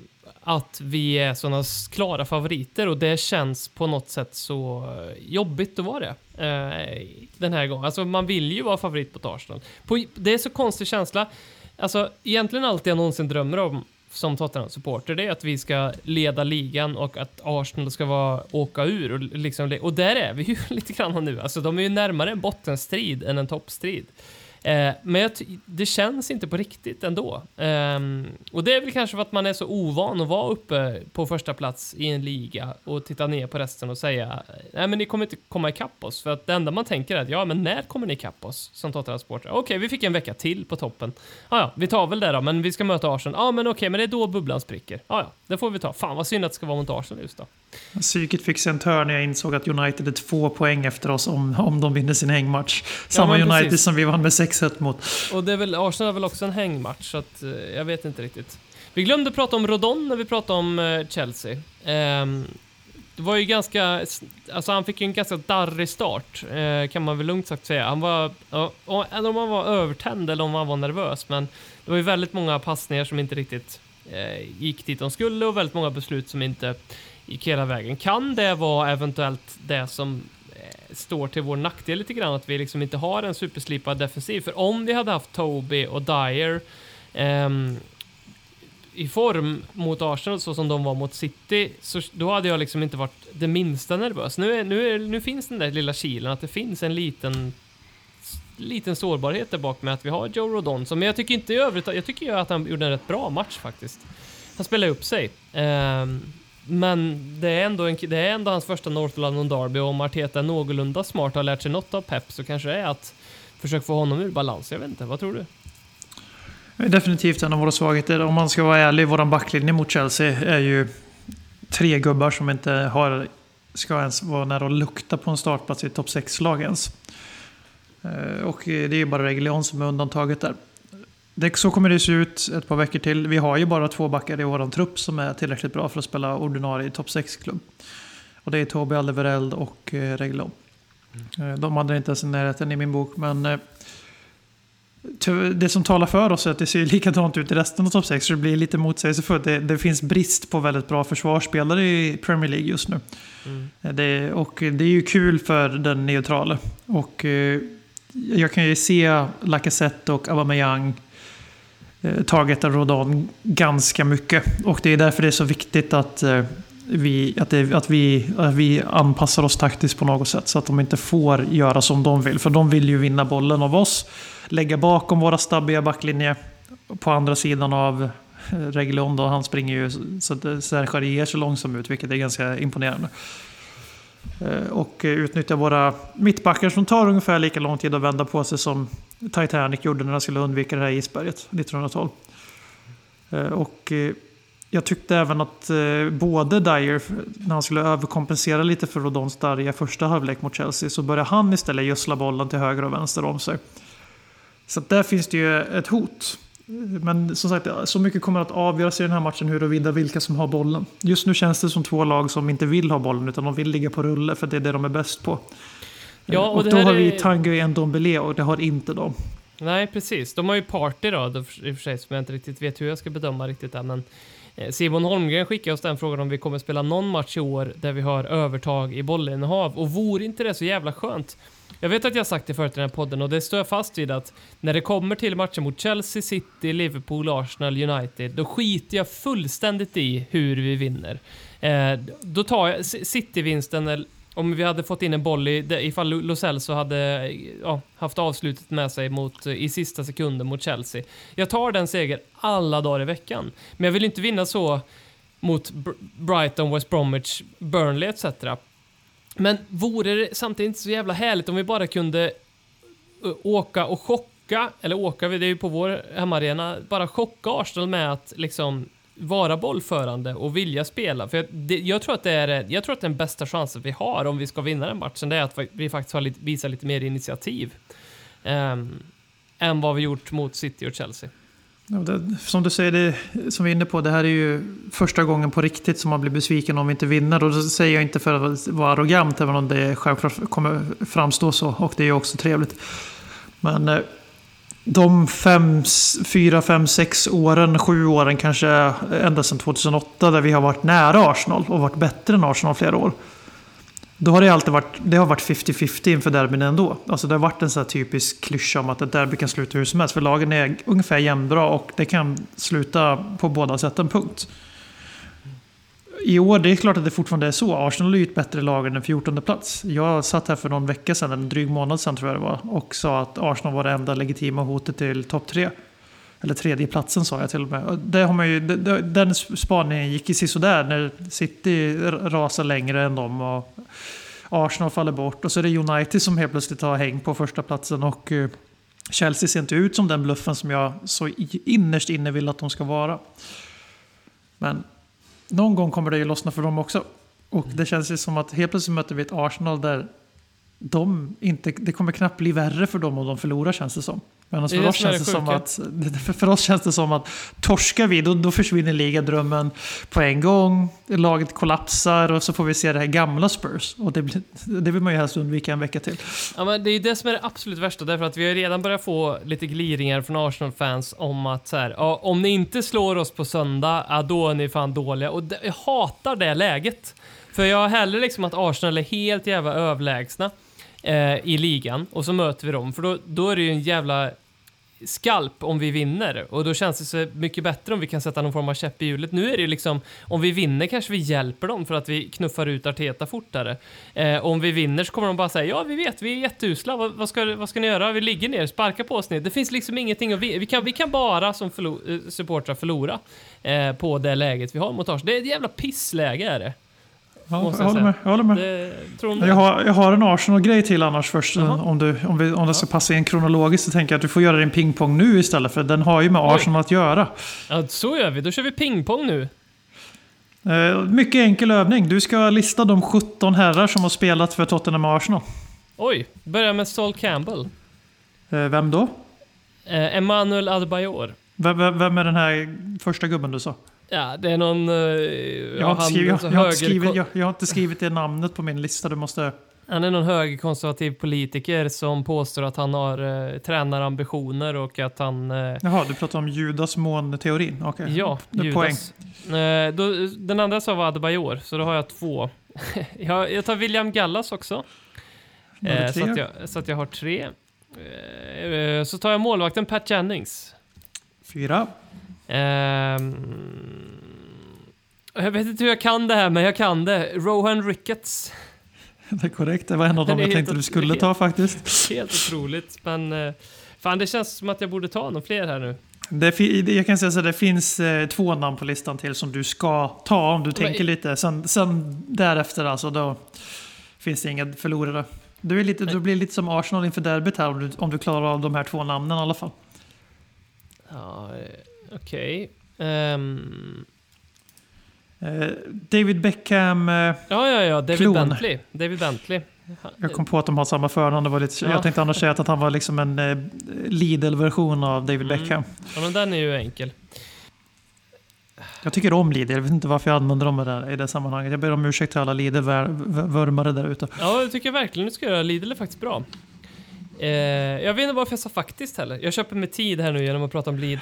att vi är såna klara favoriter och det känns på något sätt så jobbigt att vara det den här gången. Alltså man vill ju vara favorit på Arsenal. Det är så konstig känsla. Alltså egentligen allt jag någonsin drömmer om som Tottenham-supporter, det är att vi ska leda ligan och att Arsenal ska åka ur och där är vi ju lite grann nu. Alltså de är ju närmare en bottenstrid än en toppstrid. Men det känns inte på riktigt ändå. Och det är väl kanske för att man är så ovan att vara uppe på första plats i en liga och titta ner på resten och säga nej men ni kommer inte komma ikapp oss. För att det enda man tänker är att ja men när kommer ni ikapp oss som Tottenham-supporter? Okej, vi fick en vecka till på toppen. Ja, vi tar väl det då, men vi ska möta Arsenal. Ja men okej, men det är då bubblan spricker. Ja, det får vi ta. Fan vad synd att det ska vara mot Arsenal just då. Psyket fick sig en törn när jag insåg att United är 2 poäng efter oss om de vinner sin hängmatch. Samma United precis. Som vi vann med 6-1 mot. Och det är väl, Arsenal är väl också en hängmatch, så att, jag vet inte riktigt. Vi glömde prata om Rodon när vi pratade om Chelsea. Det var ju ganska, alltså han fick ju en ganska darrig start, kan man väl lugnt sagt säga. Han var, eller om han var övertänd eller om han var nervös, men det var ju väldigt många passningar som inte riktigt gick dit de skulle och väldigt många beslut som inte gick hela vägen. Kan det vara eventuellt det som står till vår nackdel lite grann, att vi liksom inte har en superslipad defensiv? För om vi hade haft Toby och Dyer i form mot Arsenal så som de var mot City, så då hade jag liksom inte varit det minsta nervös. Nu finns den där lilla kilen att det finns en liten sårbarhet där bak med att vi har Joe Rodon, som jag tycker inte i övrigt, jag tycker ju att han gjorde en rätt bra match faktiskt. Han spelade upp sig. Men det är ändå hans första North London Derby, och om Arteta någorlunda smart har lärt sig något av Pep, så kanske det är att försöka få honom ur balans. Jag vet inte, vad tror du? Definitivt en av våra svagheter. Om man ska vara ärlig, våran backlinje mot Chelsea är ju 3 gubbar som inte ska ens vara nära att lukta på en startplats i topp 6-lag ens. Och det är ju bara Reguilón som är undantaget där. Så kommer det se ut ett par veckor till. Vi har ju bara 2 backar i våran trupp som är tillräckligt bra för att spela ordinarie i topp 6-klubb. Och det är Toby Alderweireld och Reguilón. De andra är inte ens i närheten i min bok, men det som talar för oss är att det ser likadant ut i resten av topp 6, så det blir lite motsägelsefullt. Det finns brist på väldigt bra försvarsspelare i Premier League just nu. Det är ju kul för den neutrala. Och jag kan ju se Lacazette och Aubameyang targetar Rodon ganska mycket. Och det är därför det är så viktigt att vi anpassar oss taktiskt på något sätt, så att de inte får göra som de vill. För de vill ju vinna bollen av oss, lägga bakom våra stabbiga backlinje på andra sidan av Reguilón då. Han springer ju så att Serge ger så långsamt ut, vilket är ganska imponerande. Och utnyttja våra mittbackar som tar ungefär lika lång tid att vända på sig som Titanic gjorde när de skulle undvika det här isberget 1912. Och jag tyckte även att både Dyer, när han skulle överkompensera lite för Rodons darriga första halvlek mot Chelsea, så började han istället gödsla bollen till höger och vänster om sig. Så där finns det ju ett hot. Men som sagt, så mycket kommer att avgöras i den här matchen huruvida vilka som har bollen. Just nu känns det som 2 lag som inte vill ha bollen, utan de vill ligga på rulle för det är det de är bäst på. Ja, och då har vi Tanguy och Ndombele, och det har inte de. Nej, precis. De har ju Partey då, i och för sig, som jag inte riktigt vet hur jag ska bedöma riktigt där, men Simon Holmgren skickade oss den frågan om vi kommer spela någon match i år där vi har övertag i bollinnehav, och vore inte det så jävla skönt? Jag vet att jag har sagt det förut i den här podden, och det står jag fast vid, att när det kommer till matcher mot Chelsea, City, Liverpool, Arsenal, United, då skiter jag fullständigt i hur vi vinner. Då tar jag City-vinsten, om vi hade fått in en boll ifall Lo Celso hade haft avslutet med sig i sista sekunden mot Chelsea. Jag tar den seger alla dagar i veckan. Men jag vill inte vinna så mot Brighton, West Bromwich, Burnley etc. Men vore det samtidigt inte så jävla härligt om vi bara kunde åka och chocka, eller det är ju på vår hemmaarena, bara chocka Arsenal med att liksom vara bollförande och vilja spela. För jag tror att det är den bästa chansen vi har om vi ska vinna den matchen, det är att vi faktiskt har visar lite mer initiativ än vad vi gjort mot City och Chelsea. Ja, som du säger, som vi är inne på, det här är ju första gången på riktigt som man blir besviken om vi inte vinner. Och då säger jag inte för att vara arrogant, även om det självklart kommer framstå så, och det är ju också trevligt. Men de 4, 5, 6 åren, 7 åren kanske ända sedan 2008 där vi har varit nära Arsenal och varit bättre än Arsenal flera år. Då har det har varit 50-50 inför derbyn ändå. Alltså det har varit en sån här typisk klyscha om att ett derby kan sluta hur som helst. För lagen är ungefär jämnbra och det kan sluta på båda sätten, punkt. I år, det är klart att det fortfarande är så. Arsenal är ju ett bättre lag än en 14:e plats. Jag satt här för någon vecka sedan, en dryg månad sedan tror jag det var, och sa att Arsenal var det enda legitima hotet till topp 3. Eller 3:e platsen sa jag till och med. Det har man ju, den spaningen gick i sisådär när City rasar längre än dem och Arsenal faller bort. Och så är det United som helt plötsligt har häng på första platsen och Chelsea ser inte ut som den bluffen som jag så innerst inne vill att de ska vara. Men någon gång kommer det ju lossna för dem också. Och det känns ju som att helt plötsligt möter vi ett Arsenal där det kommer knappt bli värre för dem om de förlorar, känns det som. Men för oss känns det som att torskar vi, då försvinner ligadrömmen på en gång. Laget kollapsar och så får vi se det här gamla Spurs. Och det vill man ju helst undvika en vecka till. Ja, men det är det som är det absolut värsta, därför att vi har redan börjat få lite gliringar från Arsenal-fans om att så här, ja, om ni inte slår oss på söndag, ja, då är ni fan dåliga. Och jag hatar det läget. För jag har hellre liksom att Arsenal är helt jävla överlägsna i ligan och så möter vi dem, för då är det ju en jävla skalp om vi vinner, och då känns det så mycket bättre om vi kan sätta någon form av käpp i hjulet. Nu är det ju liksom, om vi vinner kanske vi hjälper dem för att vi knuffar ut Arteta fortare. Om vi vinner så kommer de bara säga, ja vi vet, vi är jätteusla, vad ska ni göra? Vi ligger ner, sparka på oss ner. Det finns liksom ingenting att vi kan bara som supportrar förlora på det läget vi har mot oss. Det är ett jävla pissläge är det. Ja, jag håller med. Jag har en Arsenal-grej till annars först. Om det ska passa in kronologiskt så tänker jag att du får göra din pingpong nu istället, för den har ju med Arsenal att göra. Ja, så gör vi. Då kör vi pingpong nu. Mycket enkel övning. Du ska lista de 17 herrar som har spelat för Tottenham och Arsenal. Oj, börja med Sol Campbell. Vem då? Emmanuel Adebayor. Vem är den här första gubben du sa? Ja, det är någon... Jag har inte skrivit det namnet på min lista. Du måste... Han är någon högerkonservativ politiker som påstår att han har tränarambitioner och att han... Jaha, du pratar om Judas mån-teorin. Okay. Ja, Judas. Den andra sa var Adebayor, så då har jag 2. jag tar William Gallas också. Så att jag har 3. Så tar jag målvakten Pat Jennings. 4. Jag vet inte hur jag kan det här, men jag kan det. Rohan Ricketts. Det är korrekt, det var en av dem jag tänkte du skulle ta faktiskt. Helt otroligt, men fan, det känns som att jag borde ta någon fler här nu. Jag kan säga så att det finns 2 namn på listan till som du ska ta om du tänker lite. Sen därefter alltså, då finns det inga förlorare. Du blir lite som Arsenal inför derbyt här om du klarar av de här 2 namnen i alla fall. Ja, okej. David Beckham. Ja, David Bentley. Jag kom på att de har samma förnamn. Det var lite, jag tänkte annars säga att han var liksom en Lidl-version av David Beckham. Ja, men den är ju enkel. Jag tycker om Lidl. Jag vet inte varför jag använder dem i det sammanhanget. Jag ber om ursäkt till alla Lidl-värmare där ute. Ja, jag tycker verkligen du ska göra. Lidl är faktiskt bra. Jag vet inte varför jag sa faktiskt heller. Jag köper med tid här nu genom att prata om Lidl.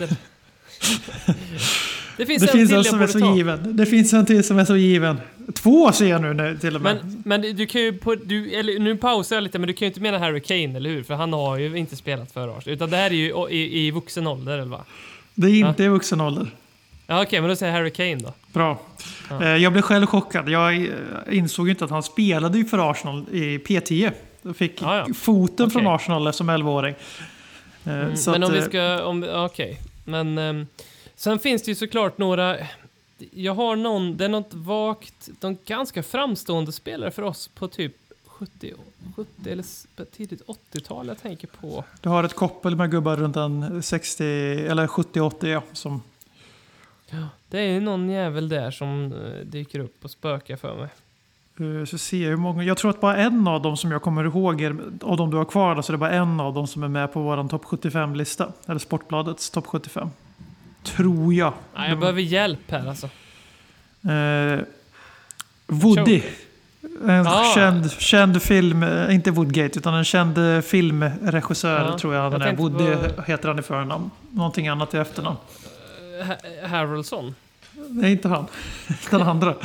Det finns en som är så given. Det finns en till som är så given. 2 ser jag nu till och med. Men du kan ju nu pausar jag lite, men du kan ju inte mena Harry Kane, eller hur? För han har ju inte spelat för oss. Utan det här är ju i vuxen ålder, eller va? Det är inte i vuxen ålder. Ja, okej, men då säger Harry Kane då. Bra. Ja. Jag blev själv chockad. Jag insåg ju inte att han spelade ju för Arsenal i P10. Jag fick foten från Arsenal som 11-åring. Men om vi ska... Okej. Men sen finns det ju såklart några... Det är något vagt... De ganska framstående spelare för oss på typ 70 eller tidigt 80-tal jag tänker på. Du har ett koppel med gubbar runt en 60 eller 70-80 som... Ja, det är ju någon jävel där som dyker upp och spökar för mig. Så ser jag hur många... Jag tror att bara en av dem som jag kommer ihåg av de du har kvar, så det är bara en av dem som är med på våran topp 75-lista. Eller Sportbladets topp 75. Tror jag. Nej, jag behöver hjälp här alltså. Woody. En känd film, inte Woodgate, utan en känd filmregissör tror jag. Woody heter han i förnamn. Någonting annat i efternamn. Harrelson? Nej, inte han. Den andra.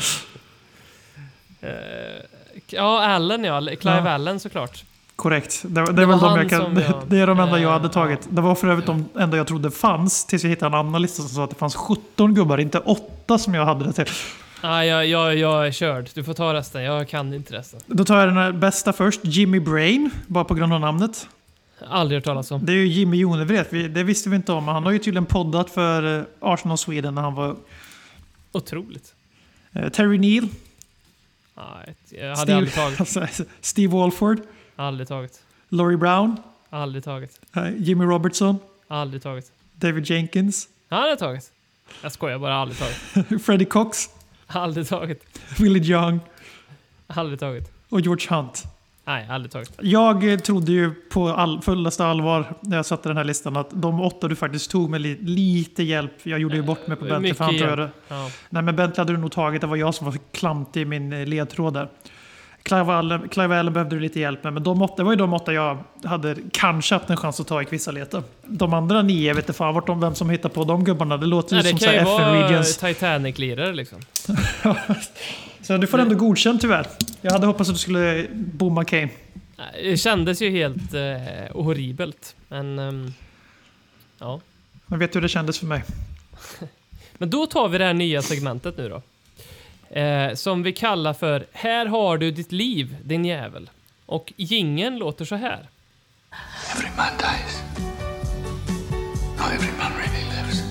Allen, Clive Allen såklart. Korrekt. Det är de enda jag hade tagit. Det var för övrigt de enda jag trodde fanns tills jag hittade en annan lista som sa att det fanns 17 gubbar, inte 8 som jag hade det till. Jag är körd. Du får ta resten. Jag kan inte resten. Då tar jag den här bästa först. Jimmy Brain, bara på grund av namnet. Aldrig hört talas om. Det är ju Jimmy Jonevret. Det visste vi inte om. Han har ju tydligen poddat för Arsenal Sweden när han var... Otroligt. Terry Neal. Jag hade aldrig tagit. Steve Walford. Aldrig tagit. Laurie Brown. Aldrig tagit. Jimmy Robertson. Aldrig tagit. David Jenkins. Aldrig tagit. Jag skojar bara, aldrig tagit. Freddie Cox. Aldrig tagit. Willie Young. Aldrig tagit. Och George Hunt. Nej, aldrig tagit. Jag trodde ju på fullaste allvar när jag satte den här listan att de 8 du faktiskt tog med lite hjälp. Jag gjorde ju bort mig på Bentley för han tror jag det. Ja. Nej, men Bentley hade du nog tagit. Det var jag som var klantig i min ledtråd där. Clive Allen behövde du lite hjälp med, men det var ju de 8 jag hade kanske haft en chans att ta i Kvissaleta. De andra 9, jag vet inte fan vem som hittar på de gubbarna. Det låter ju som så här FN Regions. Titanic-lirare liksom. Så du får ändå godkänt tyvärr. Jag hade hoppats att du skulle bomma Kane. Det kändes ju helt horribelt. Men ja. Men vet du hur det kändes för mig? Men då tar vi det här nya segmentet nu då. Som vi kallar för Här har du ditt liv, din jävel. Och jingeln låter så här. Every man dies. Not every man really lives.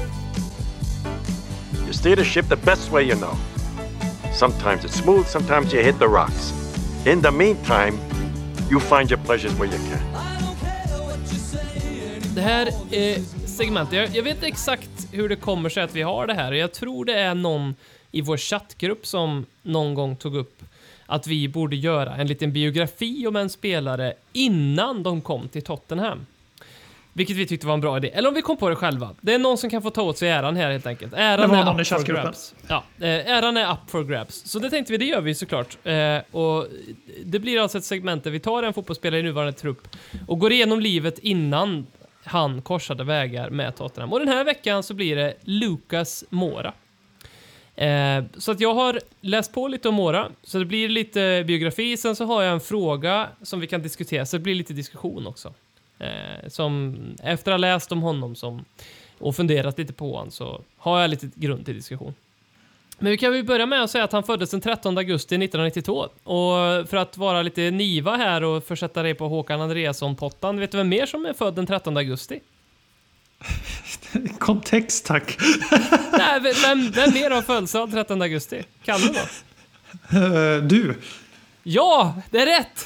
You steer the ship the best way you know. Sometimes it's smooth, sometimes you hit the rocks. In the meantime, you find your pleasures where you can. Det här segmentet, jag vet exakt hur det kommer sig att vi har det här. Jag tror det är någon i vår chattgrupp som någon gång tog upp att vi borde göra en liten biografi om en spelare innan de kom till Tottenham. Vilket vi tyckte var en bra idé. Eller om vi kom på det själva. Det är någon som kan få ta åt sig äran här helt enkelt. Äran är up for grabs. Ja, äran är up for grabs. Så det tänkte vi, det gör vi såklart. Och det blir alltså ett segment där vi tar en fotbollsspelare i nuvarande trupp och går igenom livet innan han korsade vägar med Tottenham. Och den här veckan så blir det Lucas Moura. Så att jag har läst på lite om Moura. Så det blir lite biografi. Sen så har jag en fråga som vi kan diskutera. Så det blir lite diskussion också. Som efter att ha läst om honom och funderat lite på honom, så har jag lite grund till diskussion. Men vi kan ju börja med att säga att han föddes den 13 augusti 1992. Och för att vara lite niva här och försätta dig på Håkan Andreasson-pottan, vet du vem mer som är född den 13 augusti? Kontext, tack. Nej, vem mer har födelsedag 13 augusti? Kan du då? Du. Ja, det är rätt!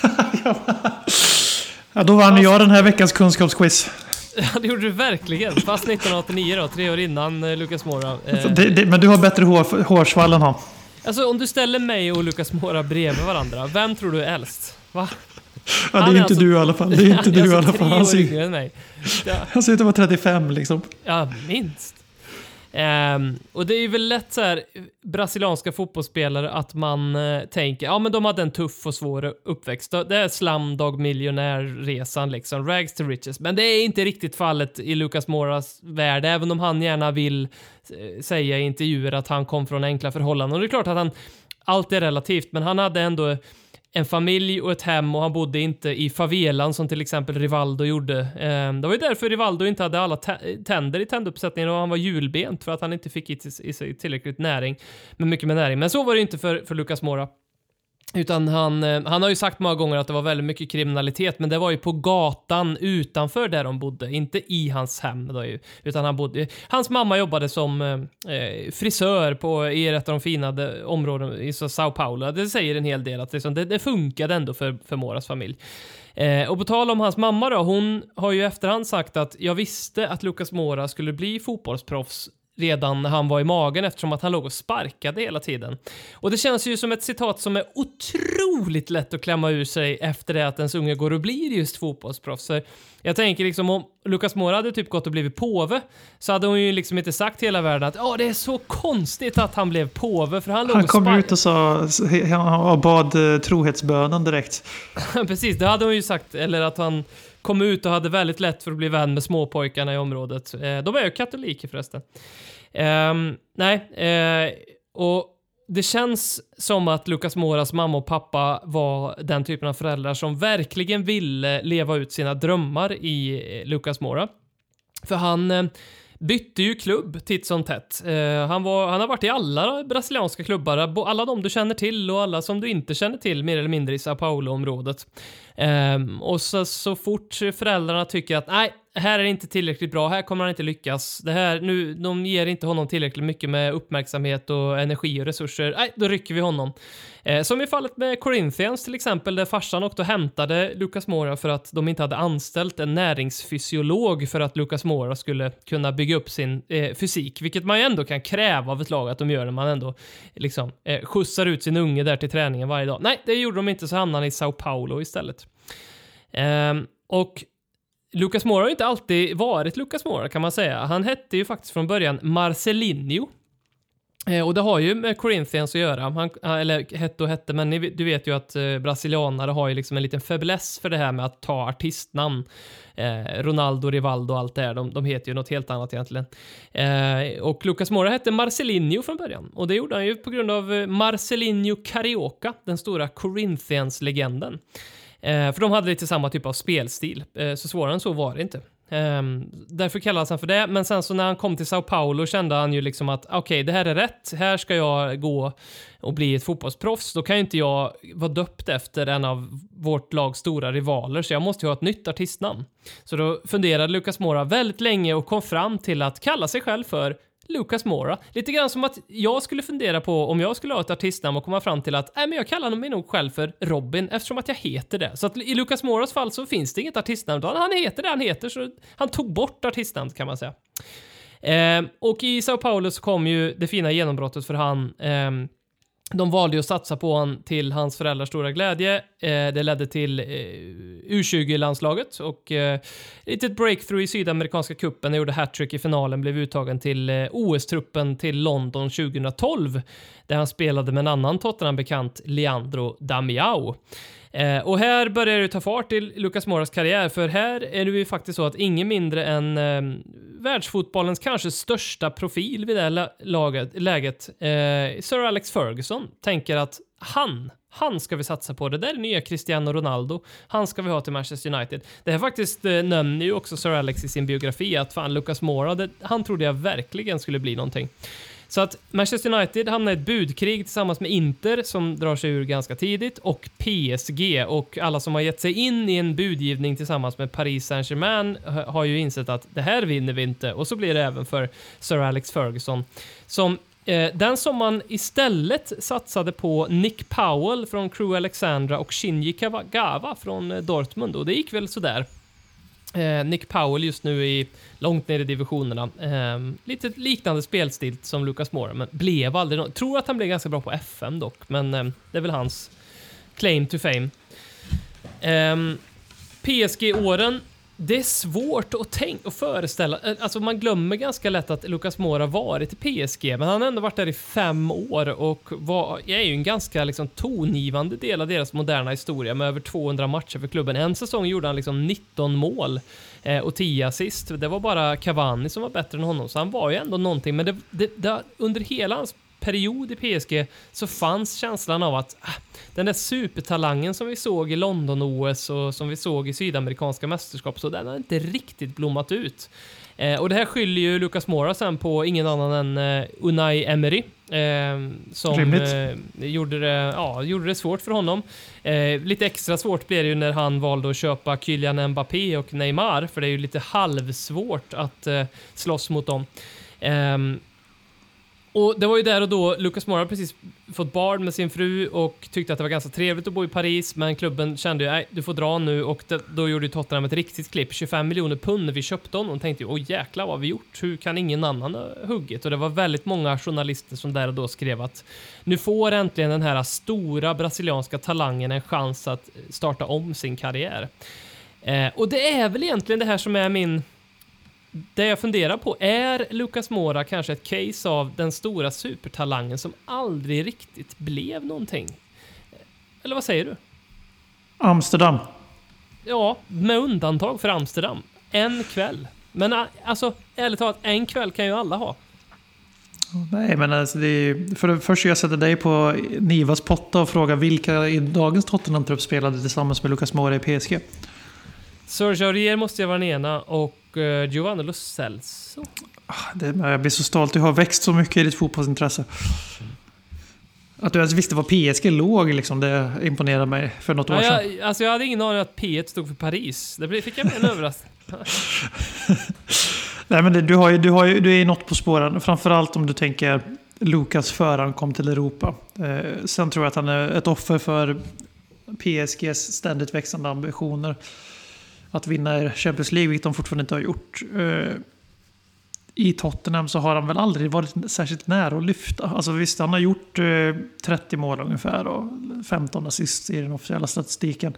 Ja, då vann jag den här veckans kunskapsquiz. Ja, det gjorde du verkligen. Fast 1989 då, 3 år innan Lucas Moura. Men du har bättre hårsvall än han. Alltså, om du ställer mig och Lucas Moura bredvid varandra, vem tror du är äldst? Va? Ja, det är inte alltså, du i alla fall. Det är inte du i alla fall. Han ser än mig. Ja. Han ser ut att vara 35 liksom. Ja, minst. Och det är ju väl lätt så här brasilianska fotbollsspelare att man tänker, ja men de hade en tuff och svår uppväxt. Det är Slumdog miljonärresan liksom, rags to riches. Men det är inte riktigt fallet i Lucas Mouras värld, även om han gärna vill säga i intervjuer att han kom från enkla förhållanden. Och det är klart att allt är relativt, men han hade ändå en familj och ett hem, och han bodde inte i favelan som till exempel Rivaldo gjorde. Det var ju därför Rivaldo inte hade alla tänder i tänduppsättningen, och han var hjulbent för att han inte fick i sig tillräckligt näring, men mycket med näring. Men så var det inte för Lucas Moura. Utan han har ju sagt många gånger att det var väldigt mycket kriminalitet, men det var ju på gatan utanför där de bodde, inte i hans hem då ju, utan hans mamma jobbade som frisör i ett av de finade områden i Sao Paulo. Det säger en hel del att det funkade ändå för Mouras familj. Och på tal om hans mamma då, hon har ju efterhand sagt att jag visste att Lucas Moura skulle bli fotbollsproffs redan när han var i magen eftersom att han låg och sparkade hela tiden. Och det känns ju som ett citat som är otroligt lätt att klämma ur sig efter det att ens unge går och blir just fotbollsproffs. Jag tänker liksom om Lucas Moura hade typ gått och blivit påve så hade hon ju liksom inte sagt hela världen att det är så konstigt att han blev påve för han kom ut och sa han bad trohetsbönen direkt. Precis, det hade hon ju sagt, eller att han kom ut och hade väldigt lätt för att bli vän med småpojkarna i området. De är ju katoliker förresten. Och det känns som att Lucas Mouras mamma och pappa var den typen av föräldrar som verkligen ville leva ut sina drömmar i Lucas Moura. För han bytte ju klubb titt som tätt. Han har varit i alla brasilianska klubbar, alla de du känner till och alla som du inte känner till mer eller mindre i Sao Paulo-området. Och så fort föräldrarna tycker att nej, här är det inte tillräckligt bra, här kommer han inte lyckas. De ger inte honom tillräckligt mycket med uppmärksamhet och energi och resurser. Nej, då rycker vi honom. Som i fallet med Corinthians till exempel, där farsan och då hämtade Lucas Moura för att de inte hade anställt en näringsfysiolog för att Lucas Moura skulle kunna bygga upp sin fysik, vilket man ju ändå kan kräva av ett lag att de gör när man ändå liksom skjutsar ut sin unge där till träningen varje dag. Nej, det gjorde de inte, så hamnade han i Sao Paulo istället. Och Lucas Moura har inte alltid varit Lucas Moura kan man säga. Han hette ju faktiskt från början Marcelinho. Och det har ju med Corinthians att göra. Hette, men du vet ju att brasilianare har ju liksom en liten fäbless för det här med att ta artistnamn. Ronaldo, Rivaldo och allt det här. De heter ju något helt annat egentligen. Och Lucas Moura hette Marcelinho från början. Och det gjorde han ju på grund av Marcelinho Carioca, den stora Corinthians-legenden. För de hade lite samma typ av spelstil. Så svårare än så var det inte. Därför kallades han för det. Men sen så när han kom till Sao Paulo kände han ju liksom att okej, det här är rätt. Här ska jag gå och bli ett fotbollsproffs. Då kan ju inte jag vara döpt efter en av vårt lags stora rivaler. Så jag måste ju ha ett nytt artistnamn. Så då funderade Lucas Moura väldigt länge och kom fram till att kalla sig själv för Lucas Moura. Lite grann som att jag skulle fundera på om jag skulle ha ett artistnamn och komma fram till att men jag kallar mig nog själv för Robin eftersom att jag heter det. Så att i Lucas Mouras fall så finns det inget artistnamn. Han heter det han heter, så han tog bort artistnamn kan man säga. Och i Sao Paulo så kom ju det fina genombrottet för han. De valde att satsa på han till hans föräldrars stora glädje. Det ledde till U20-landslaget och litet breakthrough i Sydamerikanska kuppen. Han gjorde hattrick i finalen, blev uttagen till OS-truppen till London 2012 där han spelade med en annan Tottenham-bekant, Leandro Damião. Och här börjar det ta fart i Lucas Mouras karriär, för här är det ju faktiskt så att ingen mindre än världsfotbollens kanske största profil vid det här läget, Sir Alex Ferguson, tänker att han ska vi satsa på. Det där är nya Cristiano Ronaldo. Han ska vi ha till Manchester United. Det här faktiskt nämner ju också Sir Alex i sin biografi att fan, Lucas Moura, han trodde jag verkligen skulle bli någonting. Så att Manchester United hamnar i ett budkrig tillsammans med Inter som drar sig ur ganska tidigt och PSG, och alla som har gett sig in i en budgivning tillsammans med Paris Saint-Germain har ju insett att det här vinner vi inte, och så blir det även för Sir Alex Ferguson som den som man istället satsade på Nick Powell från Crewe Alexandra och Shinji Kagawa från Dortmund, och det gick väl sådär. Nick Powell just nu långt ner i divisionerna. Lite liknande spelstil som Lucas Moura, men blev aldrig tror att han blev ganska bra på FM dock, men det är väl hans claim to fame. PSG-åren, det är svårt att föreställa. Alltså man glömmer ganska lätt att Lucas Moura varit i PSG, men han har ändå varit där i 5 år och är ju en ganska liksom tongivande del av deras moderna historia med över 200 matcher för klubben. En säsong gjorde han liksom 19 mål och 10 assist. Det var bara Cavani som var bättre än honom, så han var ju ändå någonting. Men det under hela hans period i PSG så fanns känslan av att den där supertalangen som vi såg i London-OS och som vi såg i sydamerikanska mästerskap, så den har inte riktigt blommat ut. Och det här skyller ju Lucas Moura sen på ingen annan än Unai Emery som gjorde det svårt för honom. Lite extra svårt blev det ju när han valde att köpa Kylian Mbappé och Neymar, för det är ju lite halvsvårt att slåss mot dem. Och det var ju där och då Lucas Moura precis fått barn med sin fru och tyckte att det var ganska trevligt att bo i Paris, men klubben kände ju, nej, du får dra nu, och då gjorde ju Tottenham ett riktigt klipp, 25 miljoner pund när vi köpte honom, och tänkte ju, åh jäklar vad vi gjort, hur kan ingen annan ha huggit? Och det var väldigt många journalister som där och då skrev att nu får äntligen den här stora brasilianska talangen en chans att starta om sin karriär. Och det är väl egentligen det här som är det jag funderar på. Är Lucas Moura kanske ett case av den stora supertalangen som aldrig riktigt blev någonting? Eller vad säger du? Amsterdam. Ja, med undantag för Amsterdam. En kväll. Men alltså, ärligt talat, en kväll kan ju alla ha. Nej, men alltså det är, för det första jag sätter dig på Nivas potta och frågar vilka i dagens Tottenham-trupp spelade tillsammans med Lucas Moura i PSG. Sergio Aurier måste jag vara den ena, och Giovanni Lo Celso. Jag blir så stolt. Du har växt så mycket i ditt fotbollsintresse. Att du ens visste vad PSG låg, liksom, det imponerar mig för något år sedan. Jag hade ingen aning att P1 stod för Paris. Det fick jag med en överraskning. Nej, men du är något på spåren. Framförallt om du tänker Lucas före han kom till Europa. Sen tror jag att han är ett offer för PSGs ständigt växande ambitioner att vinna Champions League, vilket de fortfarande inte har gjort. I Tottenham så har han väl aldrig varit särskilt nära att lyfta. Alltså visst, han har gjort 30 mål ungefär och 15 assist i den officiella statistiken.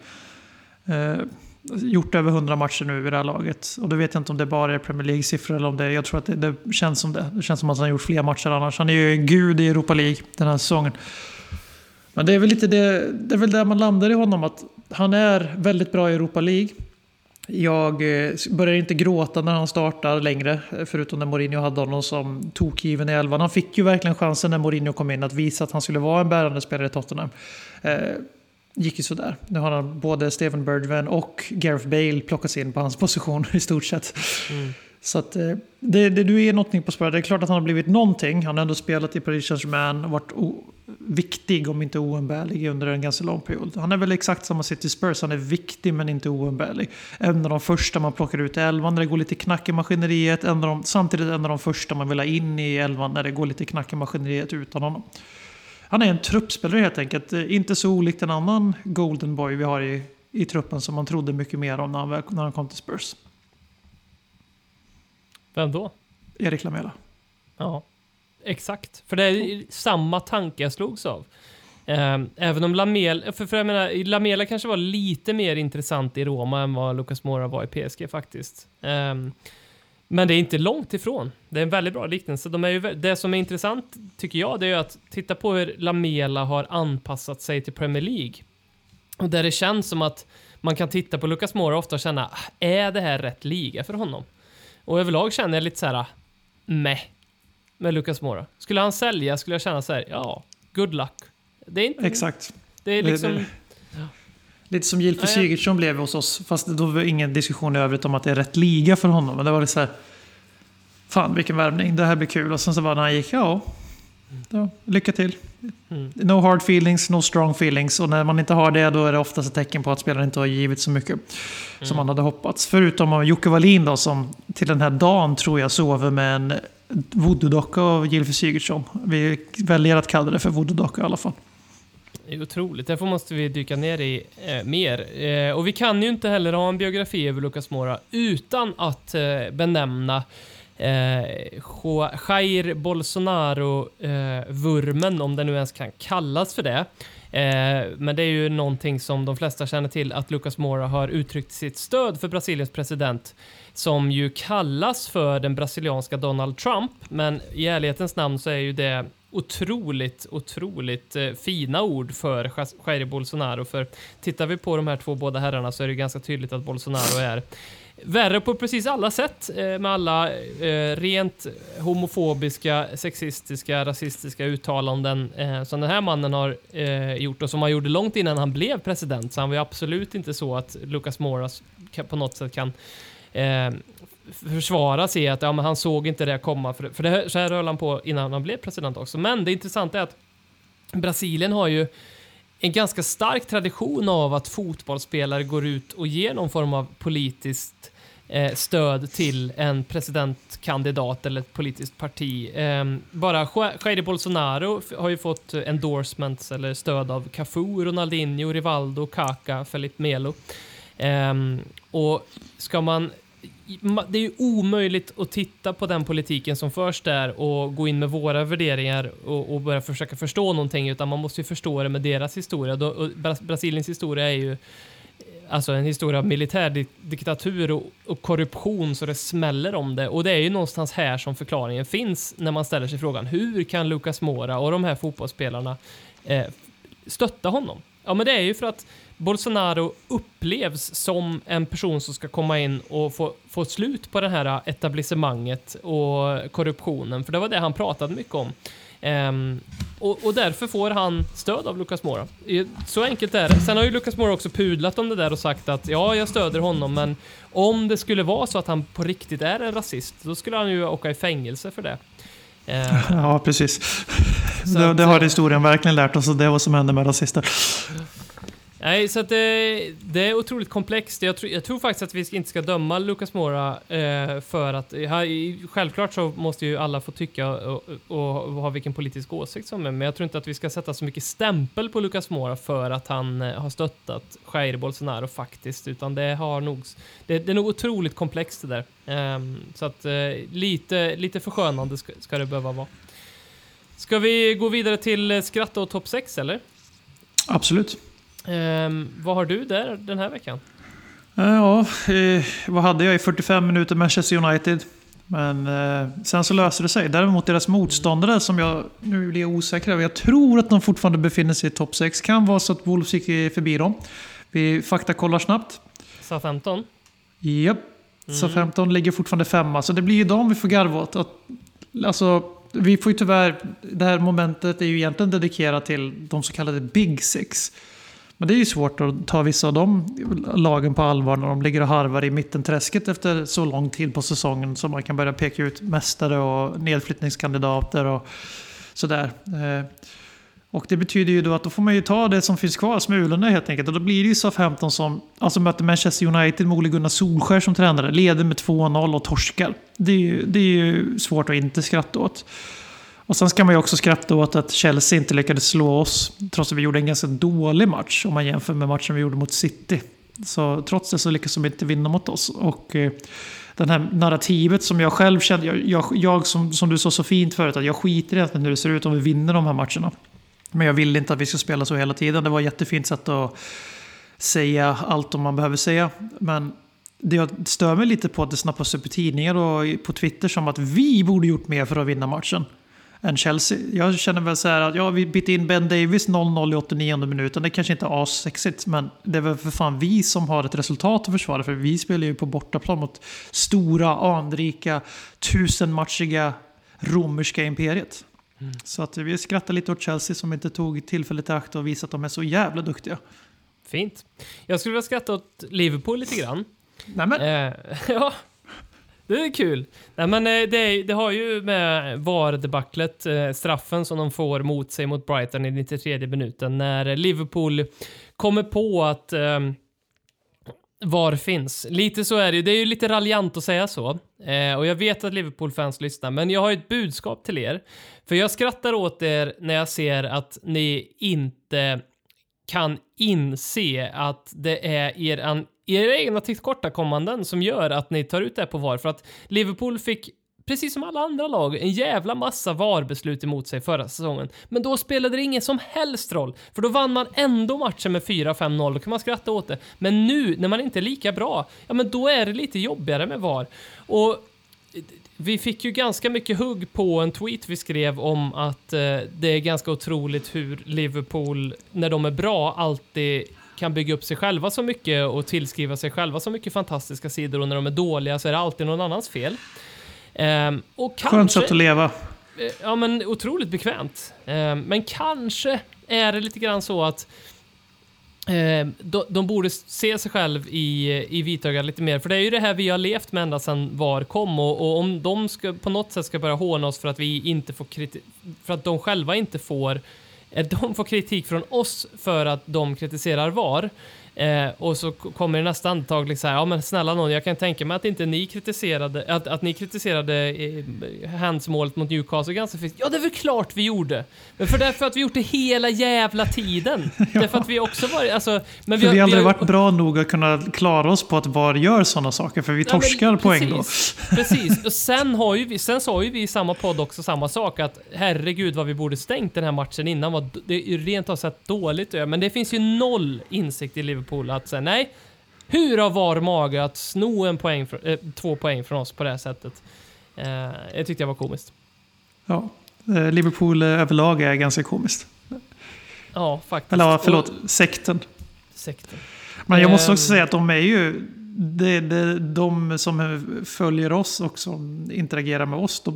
Gjort över 100 matcher nu i det här laget. Och då vet jag inte om det bara är Premier League-siffror eller om det, jag tror att det känns som det. Det känns som att han har gjort fler matcher annars. Han är ju en gud i Europa League den här säsongen. Men det är väl lite det är väl där man landar i honom, att han är väldigt bra i Europa League. Jag börjar inte gråta när han startar längre, förutom när Mourinho hade honom som tokgiven i 11. Han fick ju verkligen chansen när Mourinho kom in att visa att han skulle vara en bärande spelare i Tottenham. Gick ju sådär. Nu har han både Steven Bergwijn och Gareth Bale plockats in på hans position i stort sett. Så att du är någonting på spåret. Det är klart att han har blivit någonting. Han har ändå spelat i Paris Saint-Germain och varit viktig, om inte oumbärlig, under en ganska lång period. Han är väl exakt som City Spurs. Han är viktig men inte oumbärlig. En av de första man plockar ut i 11 när det går lite knack i maskineriet. Samtidigt en av de första man vill ha in i 11 när det går lite knack i maskineriet utan honom. Han är en truppspelare helt enkelt. Inte så olikt en annan Golden Boy vi har i truppen som man trodde mycket mer om när han kom till Spurs. Vem då? Erik Lamela. Ja, exakt. För det är samma tanke jag slogs av. Även om Lamela, för jag menar, Lamela kanske var lite mer intressant i Roma än vad Lucas Moura var i PSG faktiskt. Men det är inte långt ifrån. Det är en väldigt bra liknelse. Det som är intressant tycker jag, det är att titta på hur Lamela har anpassat sig till Premier League. Och där det känns som att man kan titta på Lucas Moura och ofta känna, är det här rätt liga för honom? Och överlag känner jag lite så här med Lucas Moura. Skulle han sälja skulle jag känna så här, ja, good luck. Det är inte... Exakt. Det är liksom... Lite som Gylfi Sigurdsson blev hos oss. Fast då var ingen diskussion i övrigt om att det är rätt liga för honom. Men det var lite så här, fan vilken värvning, det här blir kul. Och sen så var när han gick, ja, lycka till. No hard feelings, no strong feelings. Och när man inte har det, då är det oftast ett tecken på att spelaren inte har givit så mycket som man hade hoppats. Förutom Jocke Wallin då, som till den här dagen tror jag sover med en voodoo-docka av Gylfi Sigurdsson. Vi väljer att kalla det för voodoo-docka i alla fall. Det är otroligt. Därför måste vi dyka ner i mer. Och vi kan ju inte heller ha en biografi över Lucas Moura utan att benämna Jair Bolsonaro-vurmen, om det nu ens kan kallas för det. Men det är ju någonting som de flesta känner till, att Lucas Moura har uttryckt sitt stöd för Brasiliens president, som ju kallas för den brasilianska Donald Trump. Men i ärlighetens namn så är ju det otroligt fina ord för Jair Bolsonaro. För tittar vi på de här två båda herrarna så är det ganska tydligt att Bolsonaro är värre på precis alla sätt, med alla rent homofobiska, sexistiska, rasistiska uttalanden som den här mannen har gjort, och som han gjorde långt innan han blev president. Så han var ju absolut inte så att Lucas Moura på något sätt kan försvara sig att men han såg inte det komma, för det, så här höll han på innan han blev president också. Men det intressanta är att Brasilien har ju en ganska stark tradition av att fotbollsspelare går ut och ger någon form av politiskt stöd till en presidentkandidat eller ett politiskt parti. Bara Jair Bolsonaro har ju fått endorsements eller stöd av Cafu, Ronaldinho, Rivaldo, Kaká, Felipe Melo. Och ska man... Det är ju omöjligt att titta på den politiken som förs där och gå in med våra värderingar och börja försöka förstå någonting, utan man måste ju förstå det med deras historia. Brasiliens historia är ju alltså en historia av militärdiktatur och korruption så det smäller om det. Och det är ju någonstans här som förklaringen finns när man ställer sig frågan, hur kan Lucas Moura och de här fotbollsspelarna stötta honom? Ja, men det är ju för att Bolsonaro upplevs som en person som ska komma in och få slut på det här etablissemanget och korruptionen. För det var det han pratade mycket om. Och därför får han stöd av Lucas Moura. Så enkelt är det. Sen har ju Lucas Moura också pudlat om det där och sagt att ja, jag stöder honom, men om det skulle vara så att han på riktigt är en rasist, då skulle han ju åka i fängelse för det. Ja, precis. Det har historien verkligen lärt oss, och det är vad som händer med rasister. Nej, så att det är otroligt komplext. Jag tror faktiskt att vi inte ska döma Lucas Moura för att självklart så måste ju alla få tycka och ha vilken politisk åsikt som är, men jag tror inte att vi ska sätta så mycket stämpel på Lucas Moura för att han har stöttat Jair Bolsonaro faktiskt, utan det är nog otroligt komplext det där. Så att lite förskönande ska det behöva vara. Ska vi gå vidare till skratta och topp 6 eller? Absolut. Vad har du där den här veckan? Ja, vad hade jag i 45 minuter Manchester United. Men sen så löser det sig. Däremot deras motståndare som jag nu blir osäker över. Jag tror att de fortfarande befinner sig i topp 6. Kan vara så att Wolves gick förbi dem. Vi faktakollar snabbt. Southampton? Japp. Southampton ligger fortfarande 5. Så det blir ju dem vi får garva åt. Alltså, vi får ju tyvärr... Det här momentet är ju egentligen dedikerat till de så kallade Big Six. Men det är ju svårt att ta vissa av de lagen på allvar när de ligger och harvar i mittenträsket efter så lång tid på säsongen, så man kan börja peka ut mästare och nedflyttningskandidater och sådär. Och det betyder ju då att då får man ju ta det som finns kvar, smulorna helt enkelt. Och då blir det ju Southampton som alltså möter Manchester United med Ole Gunnar Solskjær som tränare, leder med 2-0 och torskar. Det är ju svårt att inte skratta åt. Och sen ska man ju också skratta åt att Chelsea inte lyckades slå oss, trots att vi gjorde en ganska dålig match om man jämför med matchen vi gjorde mot City. Så trots det så lyckades de inte vinna mot oss. Och den här narrativet som jag själv kände, jag som du sa så fint förut, att jag skiter i att hur det ser ut om vi vinner de här matcherna. Men jag vill inte att vi ska spela så hela tiden. Det var ett jättefint sätt att säga allt om man behöver säga. Men det jag stör mig lite på att det snappas upp i tidningar och på Twitter som att vi borde gjort mer för att vinna matchen än Chelsea. Jag känner väl så här att vi bytte in Ben Davis 0-0 i 89 minuten. Det kanske inte är assexigt, men det är väl för fan vi som har ett resultat att försvara, för vi spelar ju på bortaplan mot stora, anrika, 1000-matchiga romerska imperiet. Så att vi skrattar lite åt Chelsea som inte tog tillfället i akt och visat att de är så jävla duktiga. Fint. Jag skulle vilja skratta åt Liverpool lite grann. Nämen. Ja, det är kul. Nej, men det har ju med VAR-debaclet, straffen som de får mot sig mot Brighton i 93 minuten, när Liverpool kommer på att VAR finns. Lite så är det. Det är ju lite raljant att säga så. Och jag vet att Liverpool-fans lyssnar, men jag har ett budskap till er. För jag skrattar åt er när jag ser att ni inte kan inse att det är era egna tillkortakommanden som gör att ni tar ut det på VAR. För att Liverpool fick, precis som alla andra lag, en jävla massa VAR-beslut emot sig förra säsongen. Men då spelade det ingen som helst roll. För då vann man ändå matchen med 4-5-0. Då kan man skratta åt det. Men nu, när man inte är lika bra, ja men då är det lite jobbigare med VAR. Och vi fick ju ganska mycket hugg på en tweet vi skrev om att det är ganska otroligt hur Liverpool, när de är bra, alltid kan bygga upp sig själva så mycket och tillskriva sig själva så mycket fantastiska sidor, och när de är dåliga så är det alltid någon annans fel. Och kanske, skönt sätt att leva. Ja, men otroligt bekvämt. Men kanske är det lite grann så att de borde se sig själv i vitögat lite mer. För det är ju det här vi har levt med ända sedan VAR kom. Och om de ska, på något sätt ska börja håna oss för att vi inte får för att de själva inte får... De får kritik från oss för att de kritiserar VAR. Och så kommer det nästa andetag liksom här, ja men snälla någon, jag kan tänka mig att inte ni kritiserade att ni kritiserade handsmålet mot Newcastle ganska fint. Ja, det är väl klart vi gjorde. Men därför att vi gjort det hela jävla tiden. Därför att vi också var alltså, men vi har aldrig varit bra nog att kunna klara oss på att VAR gör sådana saker, för vi torskar poäng då. Precis. Och sen sa ju vi i samma podd också samma sak, att herregud vad vi borde stängt den här matchen innan. Det är rent av sett dåligt, men det finns ju noll insikt i Liverpool att säga nej. Hur har VAR mage att sno 2 poäng från oss på det här sättet? Det tyckte jag var komiskt. Ja, Liverpool överlag är ganska komiskt. Ja, faktiskt. Eller förlåt, sekten. Men jag måste också säga att de är ju de som följer oss och som interagerar med oss,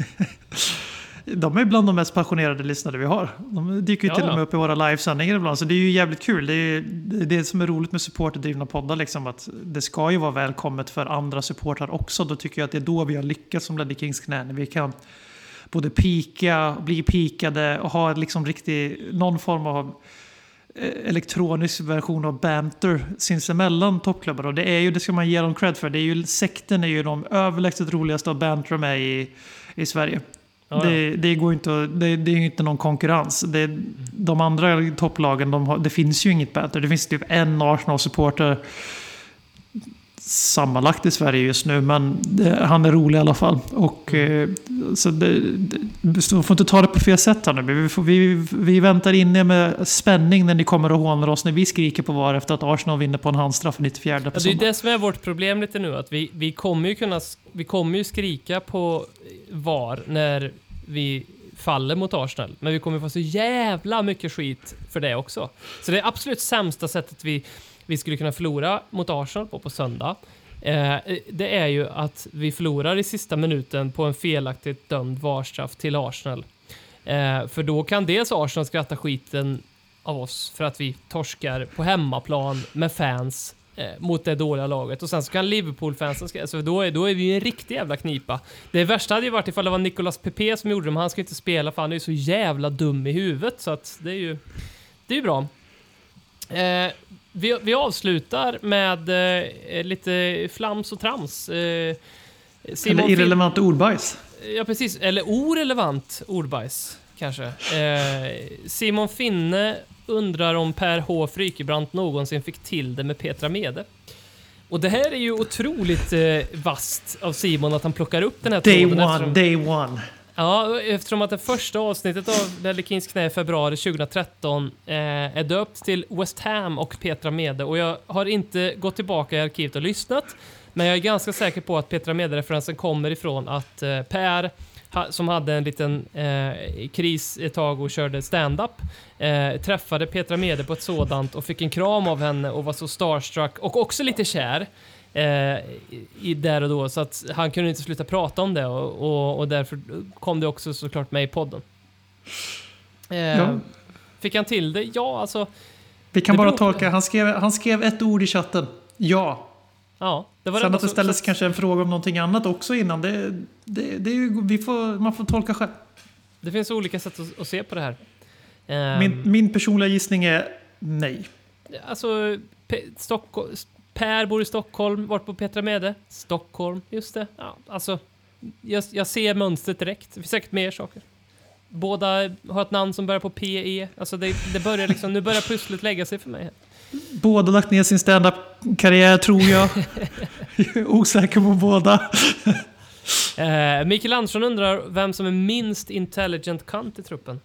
de är bland de mest passionerade lyssnare vi har. De dyker ju till och med upp i våra livesändningar ibland, så det är ju jävligt kul. Det är det som är roligt med supporterdrivna poddar, liksom, att det ska ju vara välkommet för andra supportrar också. Då tycker jag att det är då vi har lyckats som Ledley Kings knä. Vi kan både bli pikade och ha liksom någon form av elektronisk version av banter sinsemellan toppklubbar, och det ska man ge dem cred för. Sekten är ju de överlägset roligaste att bantra med i Sverige. Det går inte det är ju inte någon konkurrens. De andra topplagen, det finns ju inget banter. Det finns typ en Arsenal-supporter sammanlagt i Sverige just nu, men han är rolig i alla fall. Och så får inte ta det på fel sätt här nu. Vi väntar inne med spänning när ni kommer och hånar oss när vi skriker på VAR efter att Arsenal vinner på en handstraff i 94. Ja, det är det som är vårt problem lite nu, att vi kommer ju skrika på VAR när vi faller mot Arsenal, men vi kommer få så jävla mycket skit för det också. Så det är absolut sämsta sättet vi skulle kunna förlora mot Arsenal på söndag. Det är ju att vi förlorar i sista minuten på en felaktigt dömd VAR-straff till Arsenal. För då kan dels Arsenal skratta skiten av oss för att vi torskar på hemmaplan med fans mot det dåliga laget. Och sen så kan Liverpool-fansen så då är vi ju en riktig jävla knipa. Det värsta hade ju varit ifall det var Nicolas Pepe som gjorde det, men han ska inte spela för han är ju så jävla dum i huvudet, så att det är ju bra. Vi avslutar med lite flams och trams. Eller irrelevant ordbajs. Ja, precis. Eller orelevant ordbajs, kanske. Simon Finne undrar om Per H. Frykebrant någonsin fick till det med Petra Mede. Och det här är ju otroligt vast av Simon att han plockar upp den här tråden. Day one. Ja, eftersom att det första avsnittet av Ledley Kings knä i februari 2013 är döpt till West Ham och Petra Mede. Och jag har inte gått tillbaka i arkivet och lyssnat, men jag är ganska säker på att Petra Mede-referensen kommer ifrån att Per, som hade en liten kris ett tag och körde stand-up, träffade Petra Mede på ett sådant och fick en kram av henne och var så starstruck och också lite kär där och då, så att han kunde inte sluta prata om det och därför kom det också såklart med i podden. Fick han till det? Ja, alltså vi kan bara tolka, han skrev ett ord i chatten. Ja. Ja, det var sen det att det ställdes kanske en fråga om någonting annat också innan. Det är ju, man får tolka själv. Det finns olika sätt att se på det här. Min personliga gissning är nej. Alltså Per bor i Stockholm, vart på Petra Mede? Stockholm, just det. Ja, alltså jag ser mönstret direkt. Det finns säkert mer saker. Båda har ett namn som börjar på PE. Alltså det börjar liksom, nu börjar pusslet lägga sig för mig här. Båda lagt ner sin stand-up-karriär, tror jag. Jag är osäker på båda. Mikael Andersson undrar vem som är minst intelligent cunt i truppen.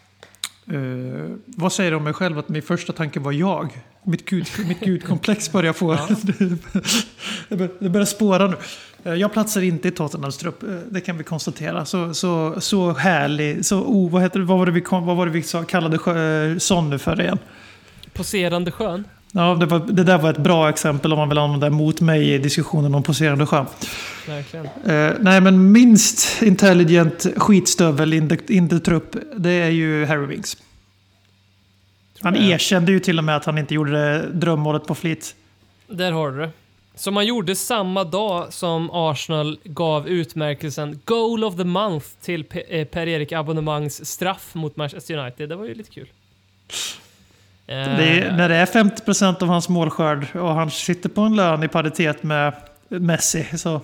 Vad säger du om mig själv? Att min första tanke var jag. Mitt gudkomplex börjar få... Ja. Det börjar spåra nu. Jag platsar inte i Tottenhams trupp. Det kan vi konstatera. Så härlig. Vad var det vi kallade Son nu för igen? Poserande skön. Ja, det där var ett bra exempel om man vill använda mot mig i diskussionen om poserande skön. Verkligen. Nej, men minst intelligent skitstövel inte trupp, det är ju Harry Winks. Han erkände ju till och med att han inte gjorde drömmålet på flit. Där har du det. Som man gjorde samma dag som Arsenal gav utmärkelsen Goal of the Month till Per-Erik Abonnemangs straff mot Manchester United. Det var ju lite kul. När det är 50% av hans målskörd och han sitter på en lön i paritet med Messi. Så.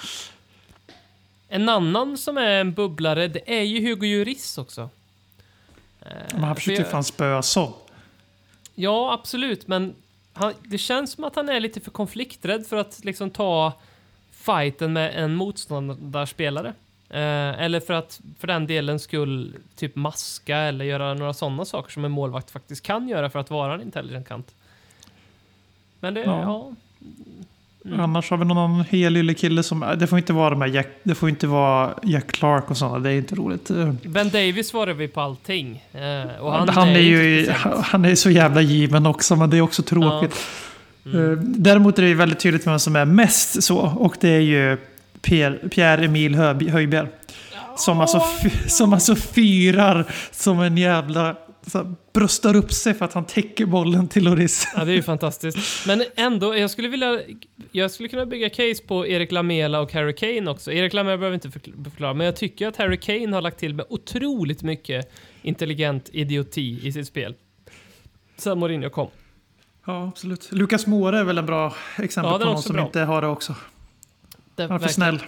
En annan som är en bubblare, det är ju Hugo Lloris också. Men han försöker fan spöa så. Ja, absolut. Men det känns som att han är lite för konflikträdd för att liksom ta fighten med en motståndarspelare. Eller för den delen skulle typ maska eller göra några sådana saker som en målvakt faktiskt kan göra för att vara en intelligent kant. Men det, ja. Annars har vi någon annan helylle kille som... Det får inte vara Jack Clark och sådana. Det är inte roligt. Ben Davis svarar vi på allting. Och han är så jävla given också, men det är också tråkigt. Däremot är det väldigt tydligt vem som är mest så. Och det är ju Pierre-Emil Højbjerg. Som alltså fyrar som en jävla... bröstar upp sig för att han täcker bollen till Lloris. Ja, det är ju fantastiskt. Men ändå, jag skulle kunna bygga case på Erik Lamela och Harry Kane också. Erik Lamela behöver inte förklara, men jag tycker att Harry Kane har lagt till med otroligt mycket intelligent idioti i sitt spel. Sen Mourinho kom. Ja, absolut. Lucas Moura är väl en bra exempel på någon som inte har det också. Han är för snäll.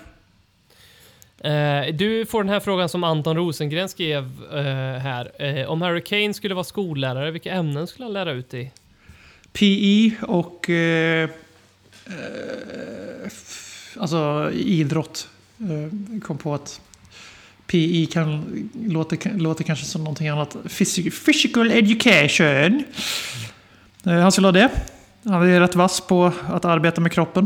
Du får den här frågan som Anton Rosengren skrev här. Om Harry Kane skulle vara skollärare, vilka ämnen skulle han lära ut i? PE och alltså idrott. Kom på att PE låter kanske som någonting annat. Physical education. Han skulle ha det. Han är rätt vass på att arbeta med kroppen.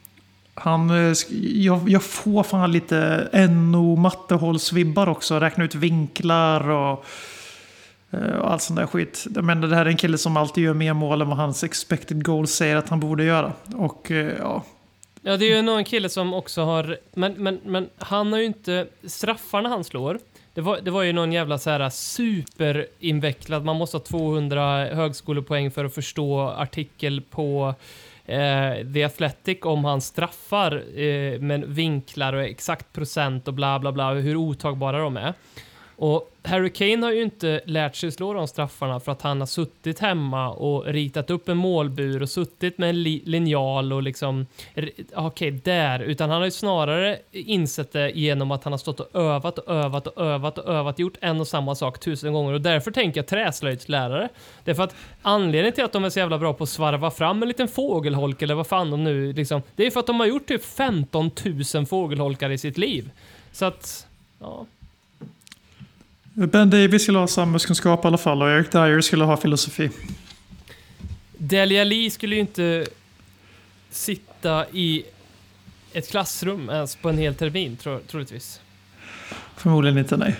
Jag får fan lite NO-mattehållsvibbar också. Räkna ut vinklar och allt sånt där skit. Men det här är en kille som alltid gör mer mål än vad hans expected goals säger att han borde göra. Och ja... Ja, det är ju någon kille som också har... Men han har ju inte... Straffarna han slår... Det var ju någon jävla så här superinvecklad... Man måste ha 200 högskolepoäng för att förstå artikel på... The Athletic om han straffar med vinklar och exakt procent och bla bla bla, hur otagbara de är. Och Harry Kane har ju inte lärt sig slå de straffarna för att han har suttit hemma och ritat upp en målbur och suttit med en linjal och liksom utan han har ju snarare insett det genom att han har stått och övat, gjort en och samma sak 1000 gånger, och därför tänker jag träslöjdslärare. Det är för att anledningen till att de är så jävla bra på att svarva fram en liten fågelholk eller vad fan de nu liksom, det är för att de har gjort typ 15 000 fågelholkar i sitt liv. Så att, ja. Ben Davis skulle ha samhällskunskap i alla fall, och Eric Dyer skulle ha filosofi. Dele Alli skulle ju inte sitta i ett klassrum ens på en hel termin, troligtvis. Förmodligen inte, nej.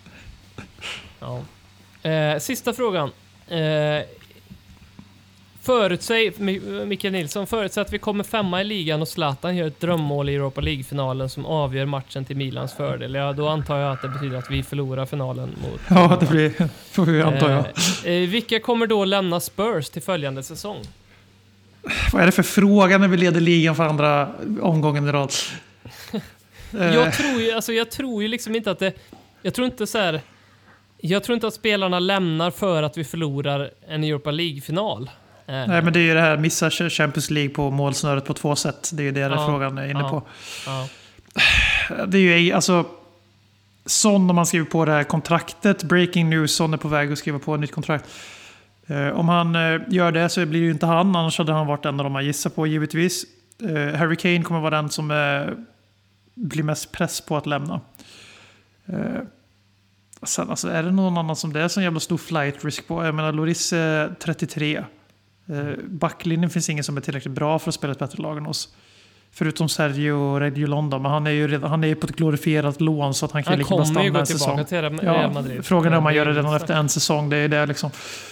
Ja. Sista frågan. Förutsäg, Mikael Nilsson, förutsäg att vi kommer 5 i ligan och Zlatan gör ett drömmål i Europa League-finalen som avgör matchen till Milans fördel. Ja, då antar jag att det betyder att vi förlorar finalen mot... Ja, det får vi antar jag. Vilka kommer då lämna Spurs till följande säsong? Vad är det för fråga när vi leder ligan för andra omgången i rad? Jag tror ju liksom inte att det... Jag tror inte att spelarna lämnar för att vi förlorar en Europa League-final. Nej, men det är ju det här, missa Champions League på målsnöret på 2 sätt. Det är ju det frågan är inne på. Ja. Det är ju alltså Son, om man skriver på det här kontraktet, breaking news, Son är på väg att skriva på ett nytt kontrakt. Om han gör det så blir det ju inte han, annars hade han varit en av de man gissar på givetvis. Harry Kane kommer vara den som blir mest press på att lämna. Sen, alltså, är det någon annan som det är så jävla stor flight risk på? Jag menar, Lloris är 33. Backlinjen finns ingen som är tillräckligt bra för att spela ett bättre lag än oss. Förutom Sergio Reguilon då. Men han är ju på ett glorifierat lån, så att han kan lika bra stanna en säsong. Frågan är om man gör det redan efter en säsong. Det är det liksom.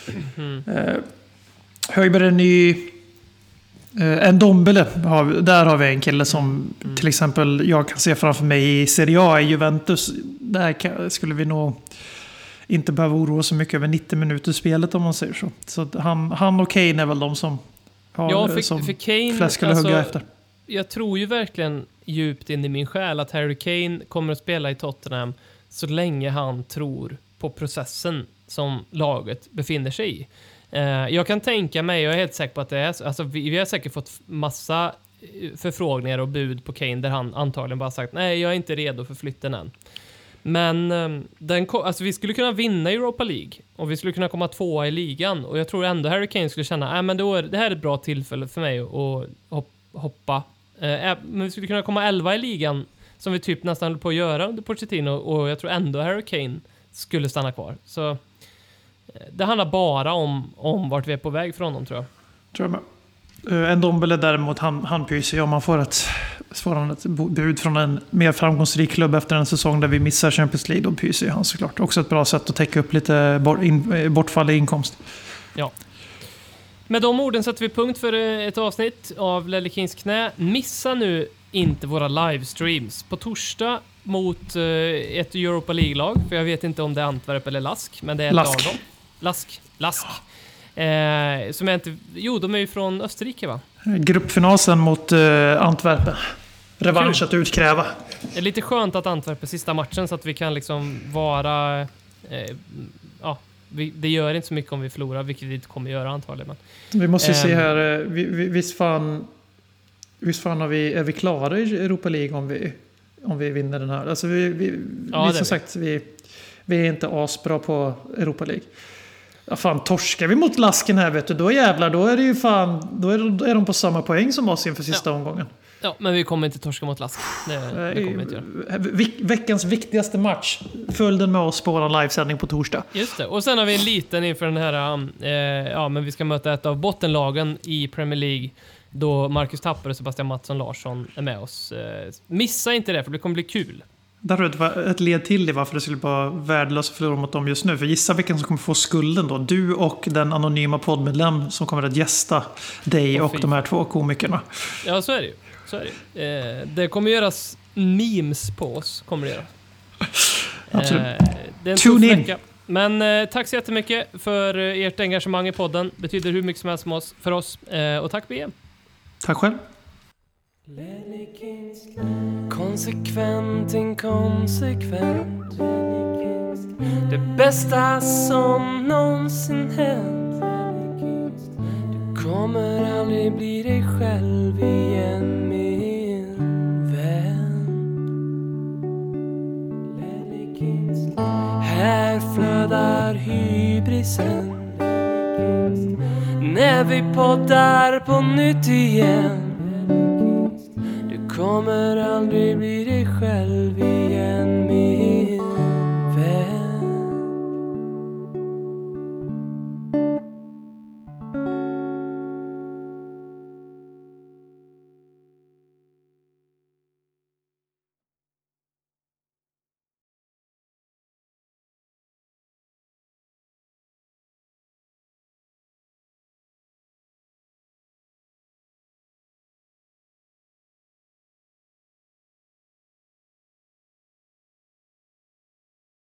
Højbjerg är ny. En Dombele, där har vi en kille som till exempel jag kan se framför mig i Serie A i Juventus. Där skulle vi nog inte behöva oroa så mycket över 90 minuter spelet, om man säger så. Så han och Kane är väl de som har som för Kane, flest skulle hugga efter. Jag tror ju verkligen djupt in i min själ att Harry Kane kommer att spela i Tottenham så länge han tror på processen som laget befinner sig i. Jag kan tänka mig, jag är helt säker på att det är så. Alltså vi har säkert fått massa förfrågningar och bud på Kane där han antagligen bara sagt nej, jag är inte redo för flytten än. Men alltså vi skulle kunna vinna Europa League och vi skulle kunna komma 2 i ligan och jag tror ändå Harry Kane skulle känna men det här är ett bra tillfälle för mig att hoppa. Men vi skulle kunna komma 11 i ligan som vi typ nästan höll på att göra under Pochettino och jag tror ändå Harry Kane skulle stanna kvar. Så det handlar bara om vart vi är på väg från honom, tror jag. Tror jag med. En Dombele däremot, han pyser ju om man får ett bud från en mer framgångsrik klubb efter en säsong där vi missar Champions League, då pyser ju han såklart. Också ett bra sätt att täcka upp lite bortfall i inkomst. Ja. Med de orden sätter vi punkt för ett avsnitt av Ledley Kings knä. Missa nu inte våra livestreams. På torsdag mot ett Europa League-lag, för jag vet inte om det är Antwerp eller Lask, men det är ett Lask. lag då. Lask. Som jag inte... Jo, de är ju från Österrike, va? Gruppfinalen mot Antwerpen. Revansch att utkräva. Det är lite skönt att Antwerp är sista matchen så att vi kan liksom vara... det gör inte så mycket om vi förlorar, vilket vi inte kommer göra antagligen. Men, vi måste se här, visst fan är vi klara i Europa League om vi vinner den här. Alltså vi som sagt, vi är inte asbra på Europa League. Ja, fan, torskar vi mot Lasken här, vet du, då jävlar, då är det ju fan, då är de på samma poäng som oss inför sista omgången. Ja, men vi kommer inte torska mot Lask. Det kommer vi inte göra. Veckans viktigaste match. Följden med oss på vår livesändning på torsdag. Just det. Och sen har vi en liten inför den här... men vi ska möta ett av bottenlagen i Premier League. Då Marcus Tapper och Sebastian Mattsson Larsson är med oss. Missa inte det, för det kommer bli kul. Där var ett led till i varför det skulle vara värdelöst att förlora mot dem just nu. För gissa vilken som kommer få skulden då. Du och den anonyma poddmedlem som kommer att gästa dig och de här 2 komikerna. Ja, så är det ju. Det kommer göras memes på oss, kommer det göra. Absolut. Det är en tuff vecka. Men tack så jättemycket för ert engagemang i podden. Betyder hur mycket som helst för oss. Och tack BM. Tack själv. Konsekvent, inkonsekvent. Det bästa som någonsin hänt. Du kommer aldrig bli dig själv igen, min vän. Här flödar hybrisen. När vi poddar på nytt igen. Du kommer aldrig bli dig själv igen.